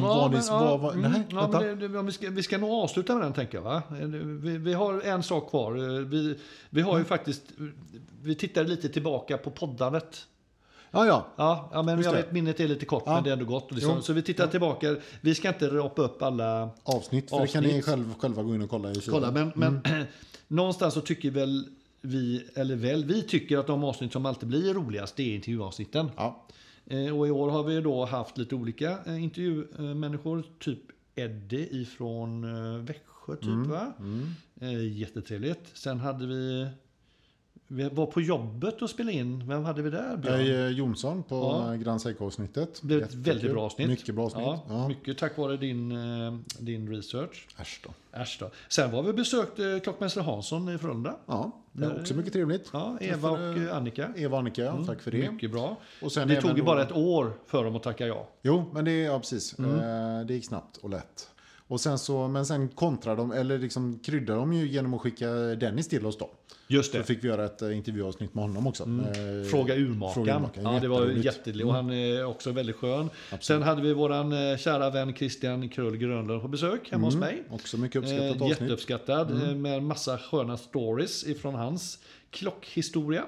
vi ska nog avsluta med den, tänker jag. Va? Vi har en sak kvar. Vi har ju faktiskt... Vi tittade lite tillbaka på poddandet. Ja, men jag vet, minnet är lite kort, men det är ändå gott. Liksom. Så vi tittar tillbaka. Vi ska inte rapa upp alla avsnitt. För det kan ni själva gå in och kolla. Men någonstans så tycker väl vi tycker att de avsnitt som alltid blir roligast, det är intervjuavsnitten. Ja. Och i år har vi då haft lite olika intervjumänniskor, typ Eddie ifrån Växjö typ, va? Jättetrevligt. Sen hade vi var på jobbet och spelade in. Vem hade vi där, Björn? Jonsson på Grand Seiko-avsnittet. Det blev ett väldigt bra avsnitt. Mycket bra avsnitt. Ja. Mycket tack vare din research. Äsch då. Sen var vi besökte klockmästare Hansson i Frölunda. Ja, det är också mycket trevligt. Ja, Eva och Annika. Tack för det. Mycket bra. Och sen det tog ju bara ett år för dem att tacka ja. Jo, men precis. Det gick snabbt och lätt. Och sen kontrar de, eller liksom kryddar de ju genom att skicka Dennis till oss då. Just det. Så fick vi göra ett intervjuavsnitt med honom också. Fråga urmakaren. Ja, det var jätteroligt. Och han är också väldigt skön. Absolut. Sen hade vi våran kära vän Christian Krull Grönlund på besök hemma hos mig. Också mycket uppskattat avsnitt. Jätteuppskattad. Med en massa sköna stories ifrån hans klockhistoria.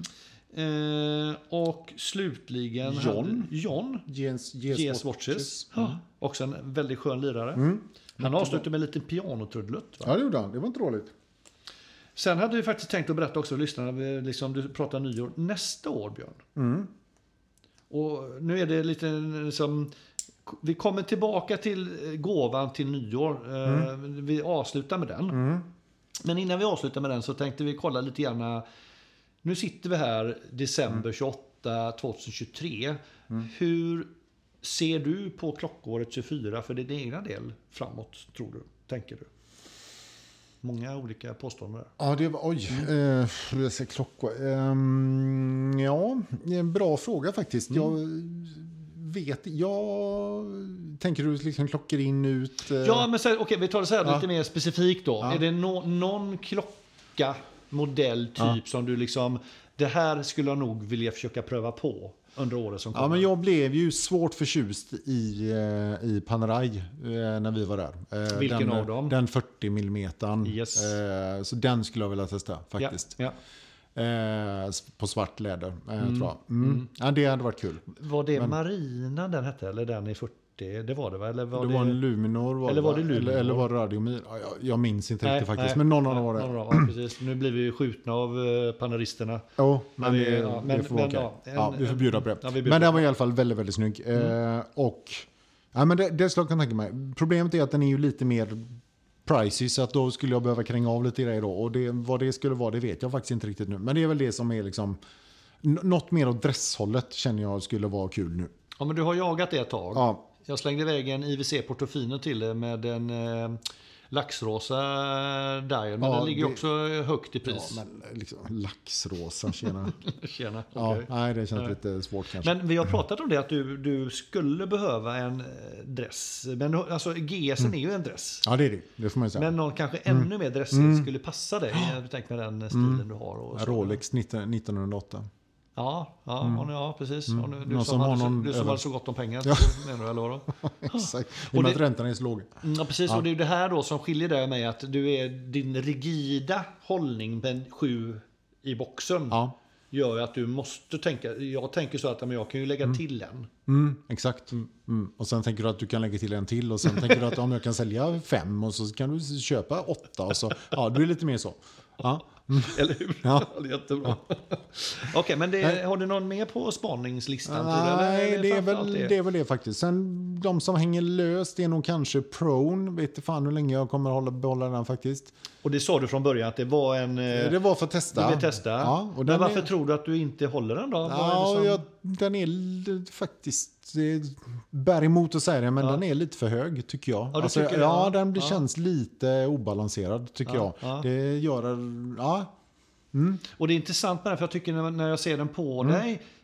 Och slutligen John Ges Watches. Också en väldigt skön lirare. Han avslutade med en liten pianotrudelutt. Ja, det gjorde han. Det var inte dåligt. Sen hade vi faktiskt tänkt att berätta också för lyssnarna, liksom du pratar nyår nästa år, Björn. Och nu är det lite som... Vi kommer tillbaka till gåvan till nyår. Vi avslutar med den. Men innan vi avslutar med den så tänkte vi kolla lite grann. Nu sitter vi här december 28 2023. Hur ser du på klockåret 24 för din egna del framåt, tror du? Tänker du? Många olika påståenden där. Ja, det var... jag ser klockor. En bra fråga faktiskt. Jag tänker du liksom klockor in, ut... Ja, men okej, vi tar det så här lite mer specifikt då. Är det någon klocka, modell, typ som du liksom... Det här skulle jag nog vilja försöka pröva på under året som kommer. Ja, men jag blev ju svårt förtjust i Panerai när vi var där. Vilken av dem? Den 40 mm. Yes. Så den skulle jag vilja testa faktiskt. Ja. På svart läder, tror jag. Ja, det hade varit kul. Var det Marina den hette, eller den i 40? Det var det, va? Eller var det var en Luminor, eller var det Luminor? Eller var det Radiomir? Jag minns inte riktigt faktiskt, men någon av dem var det. Ja, precis. Nu blir vi skjutna av panelisterna. Men det får vara okej. Vi får bjuda på det. Ja, men den var i alla fall väldigt, väldigt snygg. Men det skulle jag kunna tänka mig. Problemet är att den är ju lite mer pricey, så att då skulle jag behöva kränga av lite grejer då. Och vad det skulle vara, det vet jag faktiskt inte riktigt nu. Men det är väl det som är liksom... Något mer åt dresshållet känner jag skulle vara kul nu. Ja, men du har jagat det ett tag. Ja. Jag slängde iväg en IWC Portofino till det med en laxrosa dial. Men den ligger också högt i pris. Ja, men liksom laxrosa, tjena. Tjena, okay. Nej, det känns lite svårt kanske. Men vi har pratat om det, att du skulle behöva en dress. Men alltså GSen är ju en dress. Ja, det är det. Det får man säga. Men någon kanske ännu mer dress skulle passa dig. Jag tänker med den stilen du har. Och Rolex 1908. Ja, precis. Du som hade så gott om pengar, menar du, eller vad? Exakt, i och med att räntan är så låg. Ja, precis. Och det är det här då som skiljer dig med att du är din rigida hållning med 7 i boxen. Ja. Gör att du måste tänka, jag tänker så att jag kan ju lägga till en. Exakt. Och sen tänker du att du kan lägga till en till, och sen tänker du att jag kan sälja 5 och så kan du köpa 8 och så. Ja, du är lite mer så. Ja. Eller hur? Ja. Jättebra. Okej, men har du någon mer på spaningslistan? Nej, det är väl det faktiskt. Sen de som hänger löst är nog kanske Prone. Vet inte fan hur länge jag kommer behålla den faktiskt. Och det sa du från början att det var en... Det var för att testa. Du vill testa. Ja, och men varför tror du att du inte håller den då? Den är faktiskt... Bär emot att säga det, men den är lite för hög, tycker jag. Ja, alltså, tycker den känns lite obalanserad, tycker jag. Ja. Det gör... Och det är intressant med det, för jag tycker när jag ser den på dig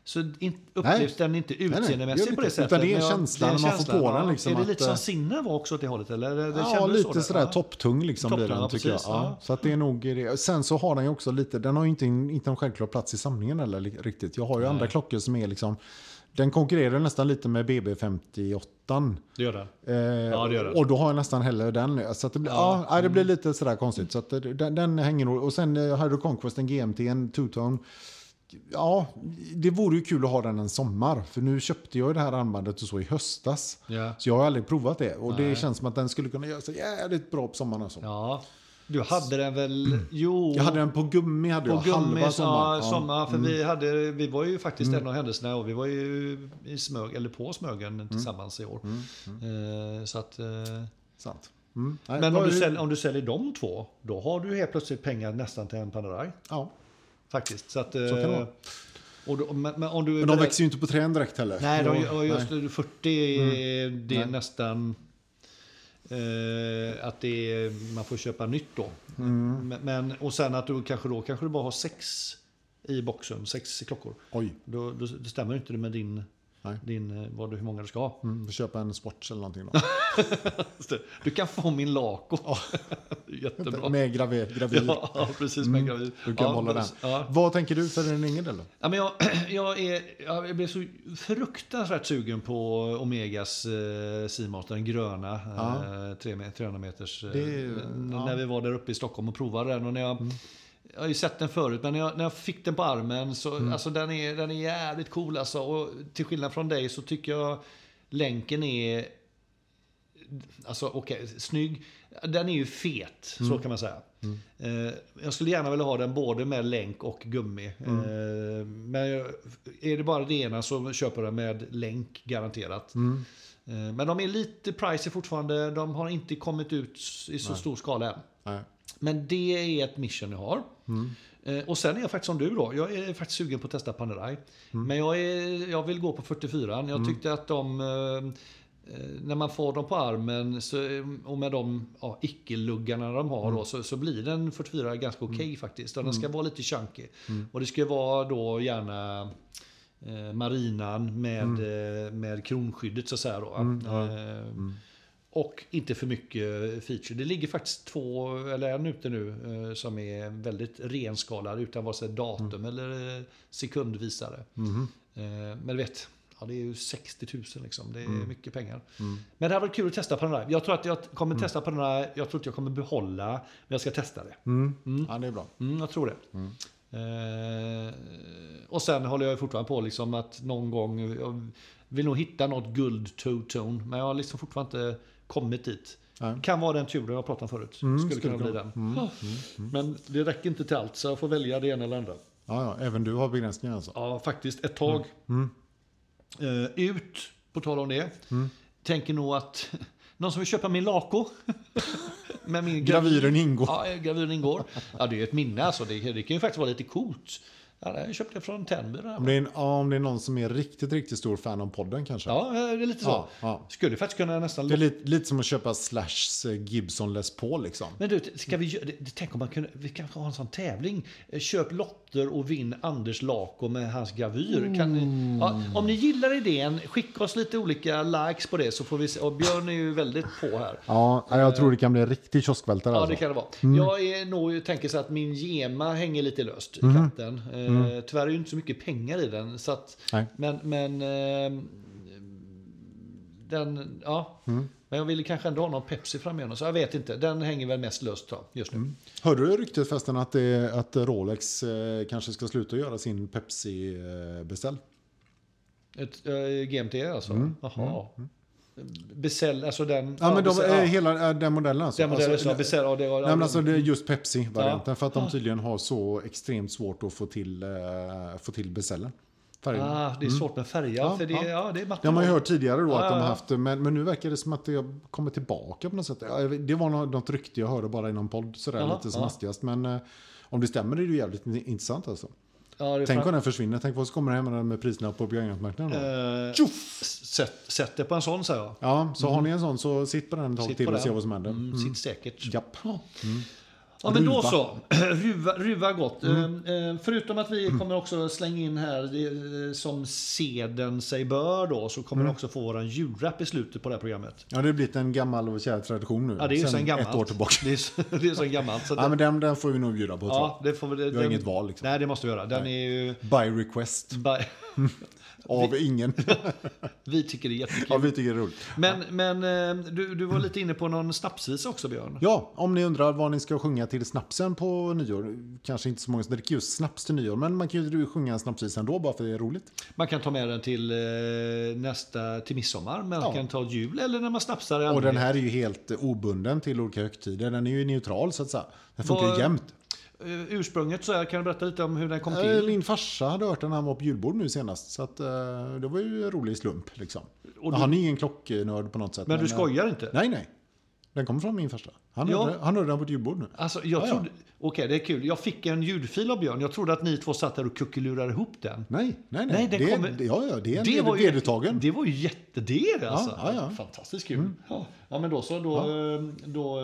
så upplevs den inte utseendemässigt på det sättet. Utan det är känslan när man får på den. Liksom, är det lite som Sinne var också åt det hållet? Eller? Ja, lite sådär topptung liksom blir den, tycker jag. Ja. Så att det är nog det. Sen så har den ju också lite, den har ju inte en självklar plats i samlingen eller riktigt. Jag har ju andra klockor som är liksom, den konkurrerar nästan lite med BB58. Det gör den. Det gör den. Och då har jag nästan hellre den. Så att det blir, det blir lite sådär konstigt. Så att den hänger nog. Och sen Hydro Conquest, en GMT, en two-tone. Ja, det vore ju kul att ha den en sommar. För nu köpte jag det här armbandet och så i höstas. Ja. Så jag har aldrig provat det. Och det känns som att den skulle kunna göra så jävligt bra på sommaren. Alltså. Ja. Du hade den väl... Jo. Jag hade den på gummi, halva sommaren. Sommar, för vi var ju faktiskt en av händelserna, och vi var ju på Smögen tillsammans i år. Så att... Sant. Nej, men om du säljer de två, då har du helt plötsligt pengar nästan till en Panerai. Ja. Faktiskt. Så, att, så kan det vara. Men de växer ju inte på trän direkt heller. Nej, just 40 det är nästan... att man får köpa nytt då. Men, och sen att du kanske du bara har 6 i boxen, 6 klockor. Oj. Då stämmer inte det med din hur många du ska ha. Får köpa en Sports eller någonting då. Du kan få min Laco. Jättebra. Med gravid. Ja, precis, med gravid. Du kan hålla den. Ja. Vad tänker du för den ingen del då? Ja, men jag blev så fruktansvärt sugen på Omegas Seamaster, den gröna 300 meters. När vi var där uppe i Stockholm och provade den, och när jag har ju sett den förut, men när jag fick den på armen så alltså den är jävligt cool alltså, och till skillnad från dig så tycker jag länken är alltså snygg. Den är ju fet, så kan man säga. Jag skulle gärna vilja ha den både med länk och gummi. Men är det bara det ena så köper jag med länk garanterat. Men de är lite pricey fortfarande. De har inte kommit ut i så stor skala än. Nej. Men det är ett mission jag har. Och sen är jag faktiskt som du då. Jag är faktiskt sugen på att testa Panerai. Men jag vill gå på 44. Jag tyckte att när man får dem på armen och med de icke-luggarna de har då, så blir den 44 ganska okej faktiskt. Den ska vara lite chunky. Och det ska vara då gärna marinan med kronskyddet så att säga då. Och inte för mycket feature. Det ligger faktiskt en ute nu som är väldigt renskalad utan vare sig datum eller sekundvisare. Men du vet, det är ju 60 000 liksom. Det är mycket pengar. Men det här var kul att testa på den här. Jag tror att jag kommer testa på den här. Jag tror att jag kommer behålla, men jag ska testa det. Ja, det är bra. Jag tror det. Och sen håller jag fortfarande på liksom att någon gång jag vill nog hitta något guld two-tone, men jag har liksom fortfarande inte kommit dit. Kan vara den turen jag pratade om förut. Skulle kunna bli den. Men det räcker inte till allt, så jag får välja det ena eller andra. Ja, även du har begränsningar alltså. Ja, faktiskt ett tag. Ut, på tal om det. Tänker nog att någon som vill köpa min Laco med min gravyren ingår. Ja, gravyren ingår. Ja, det är ett minne alltså. Det kan ju faktiskt vara lite coolt. Ja, jag köpte det från Tenby. Om det är någon som är riktigt, riktigt stor fan av podden kanske. Ja, det är lite så. Ja. Skulle faktiskt kunna nästan... Det är lite som att köpa Slashs Gibson Les Paul liksom. Men du, tänk om vi kan ha en sån tävling. Köp lotter och vinn Anders Laco med hans gravyr. Om ni gillar idén, skicka oss lite olika likes på det så får vi se. Och Björn är ju väldigt på här. Ja, jag tror det kan bli en riktig kioskvältare. Ja, det kan det vara. Jag tänker så att min gema hänger lite löst i katten. Tyvärr är det ju inte så mycket pengar i den så att, men den men jag ville kanske ändå ha någon Pepsi fram så jag vet inte, den hänger väl mest löst just nu. Hörde du ryktet förresten att Rolex kanske ska sluta göra sin Pepsi beställ? Ett GMT alltså? Jaha. Beställ, alltså den... Ja, men hela den modellen alltså. Den modellen alltså, beställ, det är just Pepsi-varianten för att de tydligen har så extremt svårt att få till beställern. Det är svårt med färger. För det är det har man ju hört tidigare då att de har haft, men nu verkar det som att det kommer tillbaka på något sätt. Det var något rykte jag hörde bara i någon podd lite som hastigast, men om det stämmer är det ju jävligt intressant alltså. Tänk om den försvinner. Tänk vad som kommer hem med priserna på begagnatmarknaden. Sätt det på en sån, säger jag. Ja, så har ni en sån så sitt på den ett tag till och se vad som händer. Sitt säkert. Japp. Ja, men då så. Ruva gott. Förutom att vi kommer också slänga in här det, som seden sig bör då, så kommer vi också få en julrap i slutet på det här programmet. Ja, det har blivit en gammal och kär tradition nu. Ja, det är ju sen gammalt. Ett år tillbaka. Det är så gammalt. Så ja, men den får vi nog bjuda på. Ja, det får vi har inget val liksom. Nej, det måste vi göra. Den är ju... By request. Av ingen. Vi tycker det är jättekul. Ja, vi tycker det är roligt. Men du var lite inne på någon snapsvisa också, Björn. Ja, om ni undrar vad ni ska sjunga till snapsen på nyår. Kanske inte så många som dricker just snaps till nyår, men man kan ju sjunga en snapsvisa ändå bara för det är roligt. Man kan ta med den till till midsommar, men man kan ta jul eller när man snapsar. Och den här är ju helt obunden till olika högtider. Den är ju neutral så att säga. Den funkar ju jämt. Ursprunget så kan du berätta lite om hur den kom till? Min farsa hade hört den när han var på julbord nu senast. Så att, det var ju en rolig slump liksom. Och han är ingen klocknörd på något sätt. Men du skojar inte? Nej. Den kommer från min farsa. Han hörde den på ett julbord nu. Alltså, jag trodde... Okej, det är kul. Jag fick en ljudfil av Björn. Jag trodde att ni två satt där och kuckelurade ihop den. Nej. Det är en vedertagen. Det var ju jättedel alltså. Ja. Fantastiskt kul. Ja, men då så. Då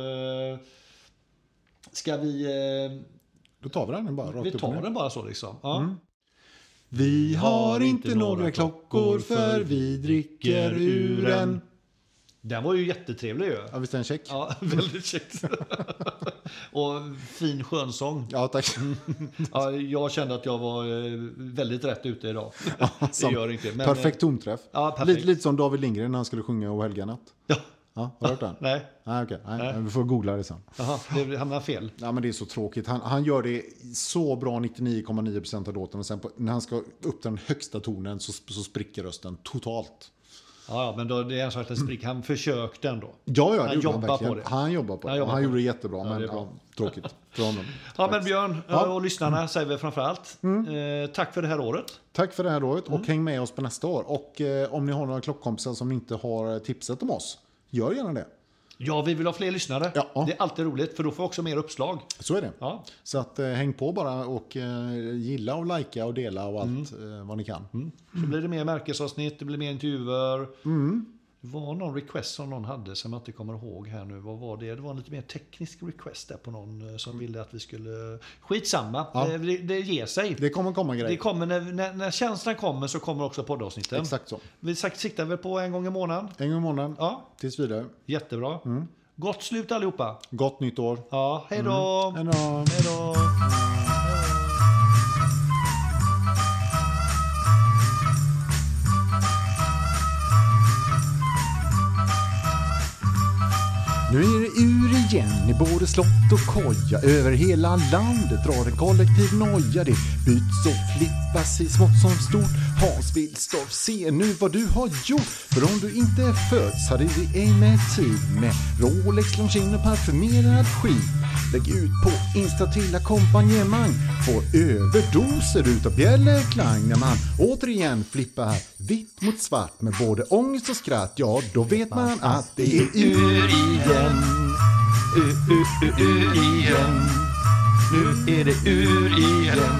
ska vi... Då tar vi den bara. Vi tar den bara så liksom. Ja. Vi har inte några klockor för vi dricker ur en. Den var ju jättetrevlig ju. Ja, visst är den check? Ja, väldigt käckt. Och fin skönsång. Ja, tack. Ja, jag kände att jag var väldigt rätt ute idag. Ja, det gör inte. Men, perfekt tonträff. Ja, perfekt. Lite som David Lindgren när han skulle sjunga O helga natt. Ja. Ja, har du hört den? Nej. Okej. Vi får googla det sen. Jaha, det hamnar fel. Ja, men det är så tråkigt. Han gör det så bra 99,9% av låten. Och sen när han ska upp den högsta tonen så spricker rösten totalt. Ja, men då, det är en sak att sprick. Han försökte ändå. Ja, han jobbar på det. Han jobbar på det. Han gjorde det jättebra, men tråkigt för honom. Ja, men Björn och lyssnarna säger vi framförallt. Tack för det här året. Tack för det här året och häng med oss på nästa år. Och om ni har några klockkompisar som inte har tipsat om oss, gör gärna det. Ja, vi vill ha fler lyssnare. Ja. Det är alltid roligt, för då får vi också mer uppslag. Så är det. Ja. Så att, häng på bara och gilla och likea och dela och allt vad ni kan. Så blir det mer märkesavsnitt, det blir mer intervjuer. Det var någon request som någon hade som jag inte kommer ihåg här nu. Vad var det? Det var en lite mer teknisk request där på någon som ville att vi skulle... Skitsamma, det ger sig. Det kommer komma grejer. Det kommer, när känslan kommer så kommer också poddavsnitten. Exakt så. Vi siktar väl på en gång i månaden. En gång i månaden, tills vidare. Jättebra. Gott slut allihopa. Gott nytt år. Ja, hej då. Hej då. Hej då. Nu är det ur igen i både slott och koja. Över hela landet drar en kollektiv noja. Det byts och flippas i smått som stort. Hans Wilstorff, se nu vad du har gjort. För om du inte föds hade vi ej med tid. Med Rolex, Longines och parfymerad skit. Lägg ut på Insta till ackompanjemang. Får överdoser utav bjällerklang. När man återigen flippar vitt mot svart med både ångest och skratt. Ja, då vet man att det är ur igen. Ur igen. Nu är det ur igen.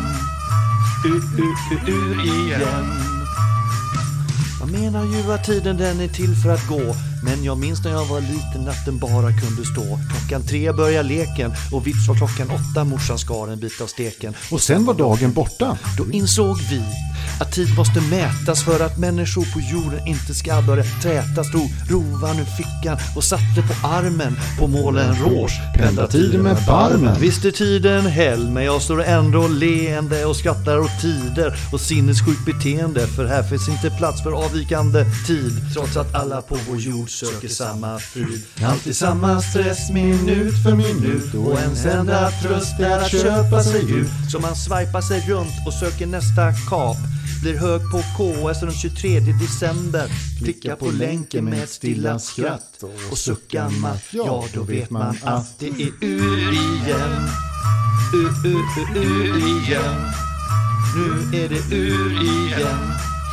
Ur igen. Jag menar ju att tiden den är till för att gå. Men jag minns när jag var liten att den bara kunde stå. 3:00 börjar leken och vips var 8:00 morsan skar en bit av steken. Och sen var dagen borta. Då insåg vi att tid måste mätas för att människor på jorden inte ska börja trätas. Drog rovan ur fickan och satte på armen på målen rouge. Pendla tiden med barmen. Visst är tiden hell, men jag står ändå leende och skrattar åt tider och sinnessjukt beteende. För här finns inte plats för avvikande tid. Trots att alla på vår jord söker samma frid. Alltid samma stress minut för minut. Och ens enda tröst är att köpa sig ut. Så man swipar sig runt och söker nästa kap. Blir hög på KS den 23 december. Klicka på länken med ett stilla skratt. Och suckar man, ja då vet man att det är ur igen. Ur igen. Nu är det ur igen.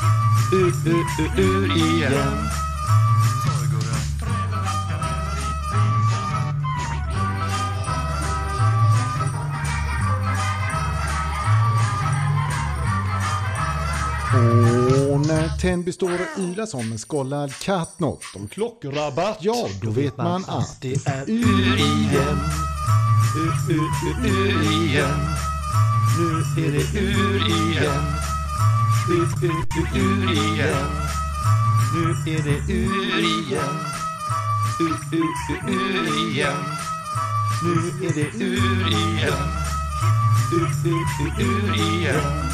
Ur igen. Och när Tenby står och ylar som en skållad katt något om klockrabatt, ja, då vet man att det är ur igen. ur igen. Nu är det ur igen. Ur igen. Nu är det ur igen. Ur igen. Nu är det ur igen. Ur igen.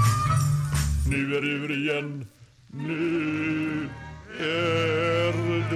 Nu är det ur igen. Nu är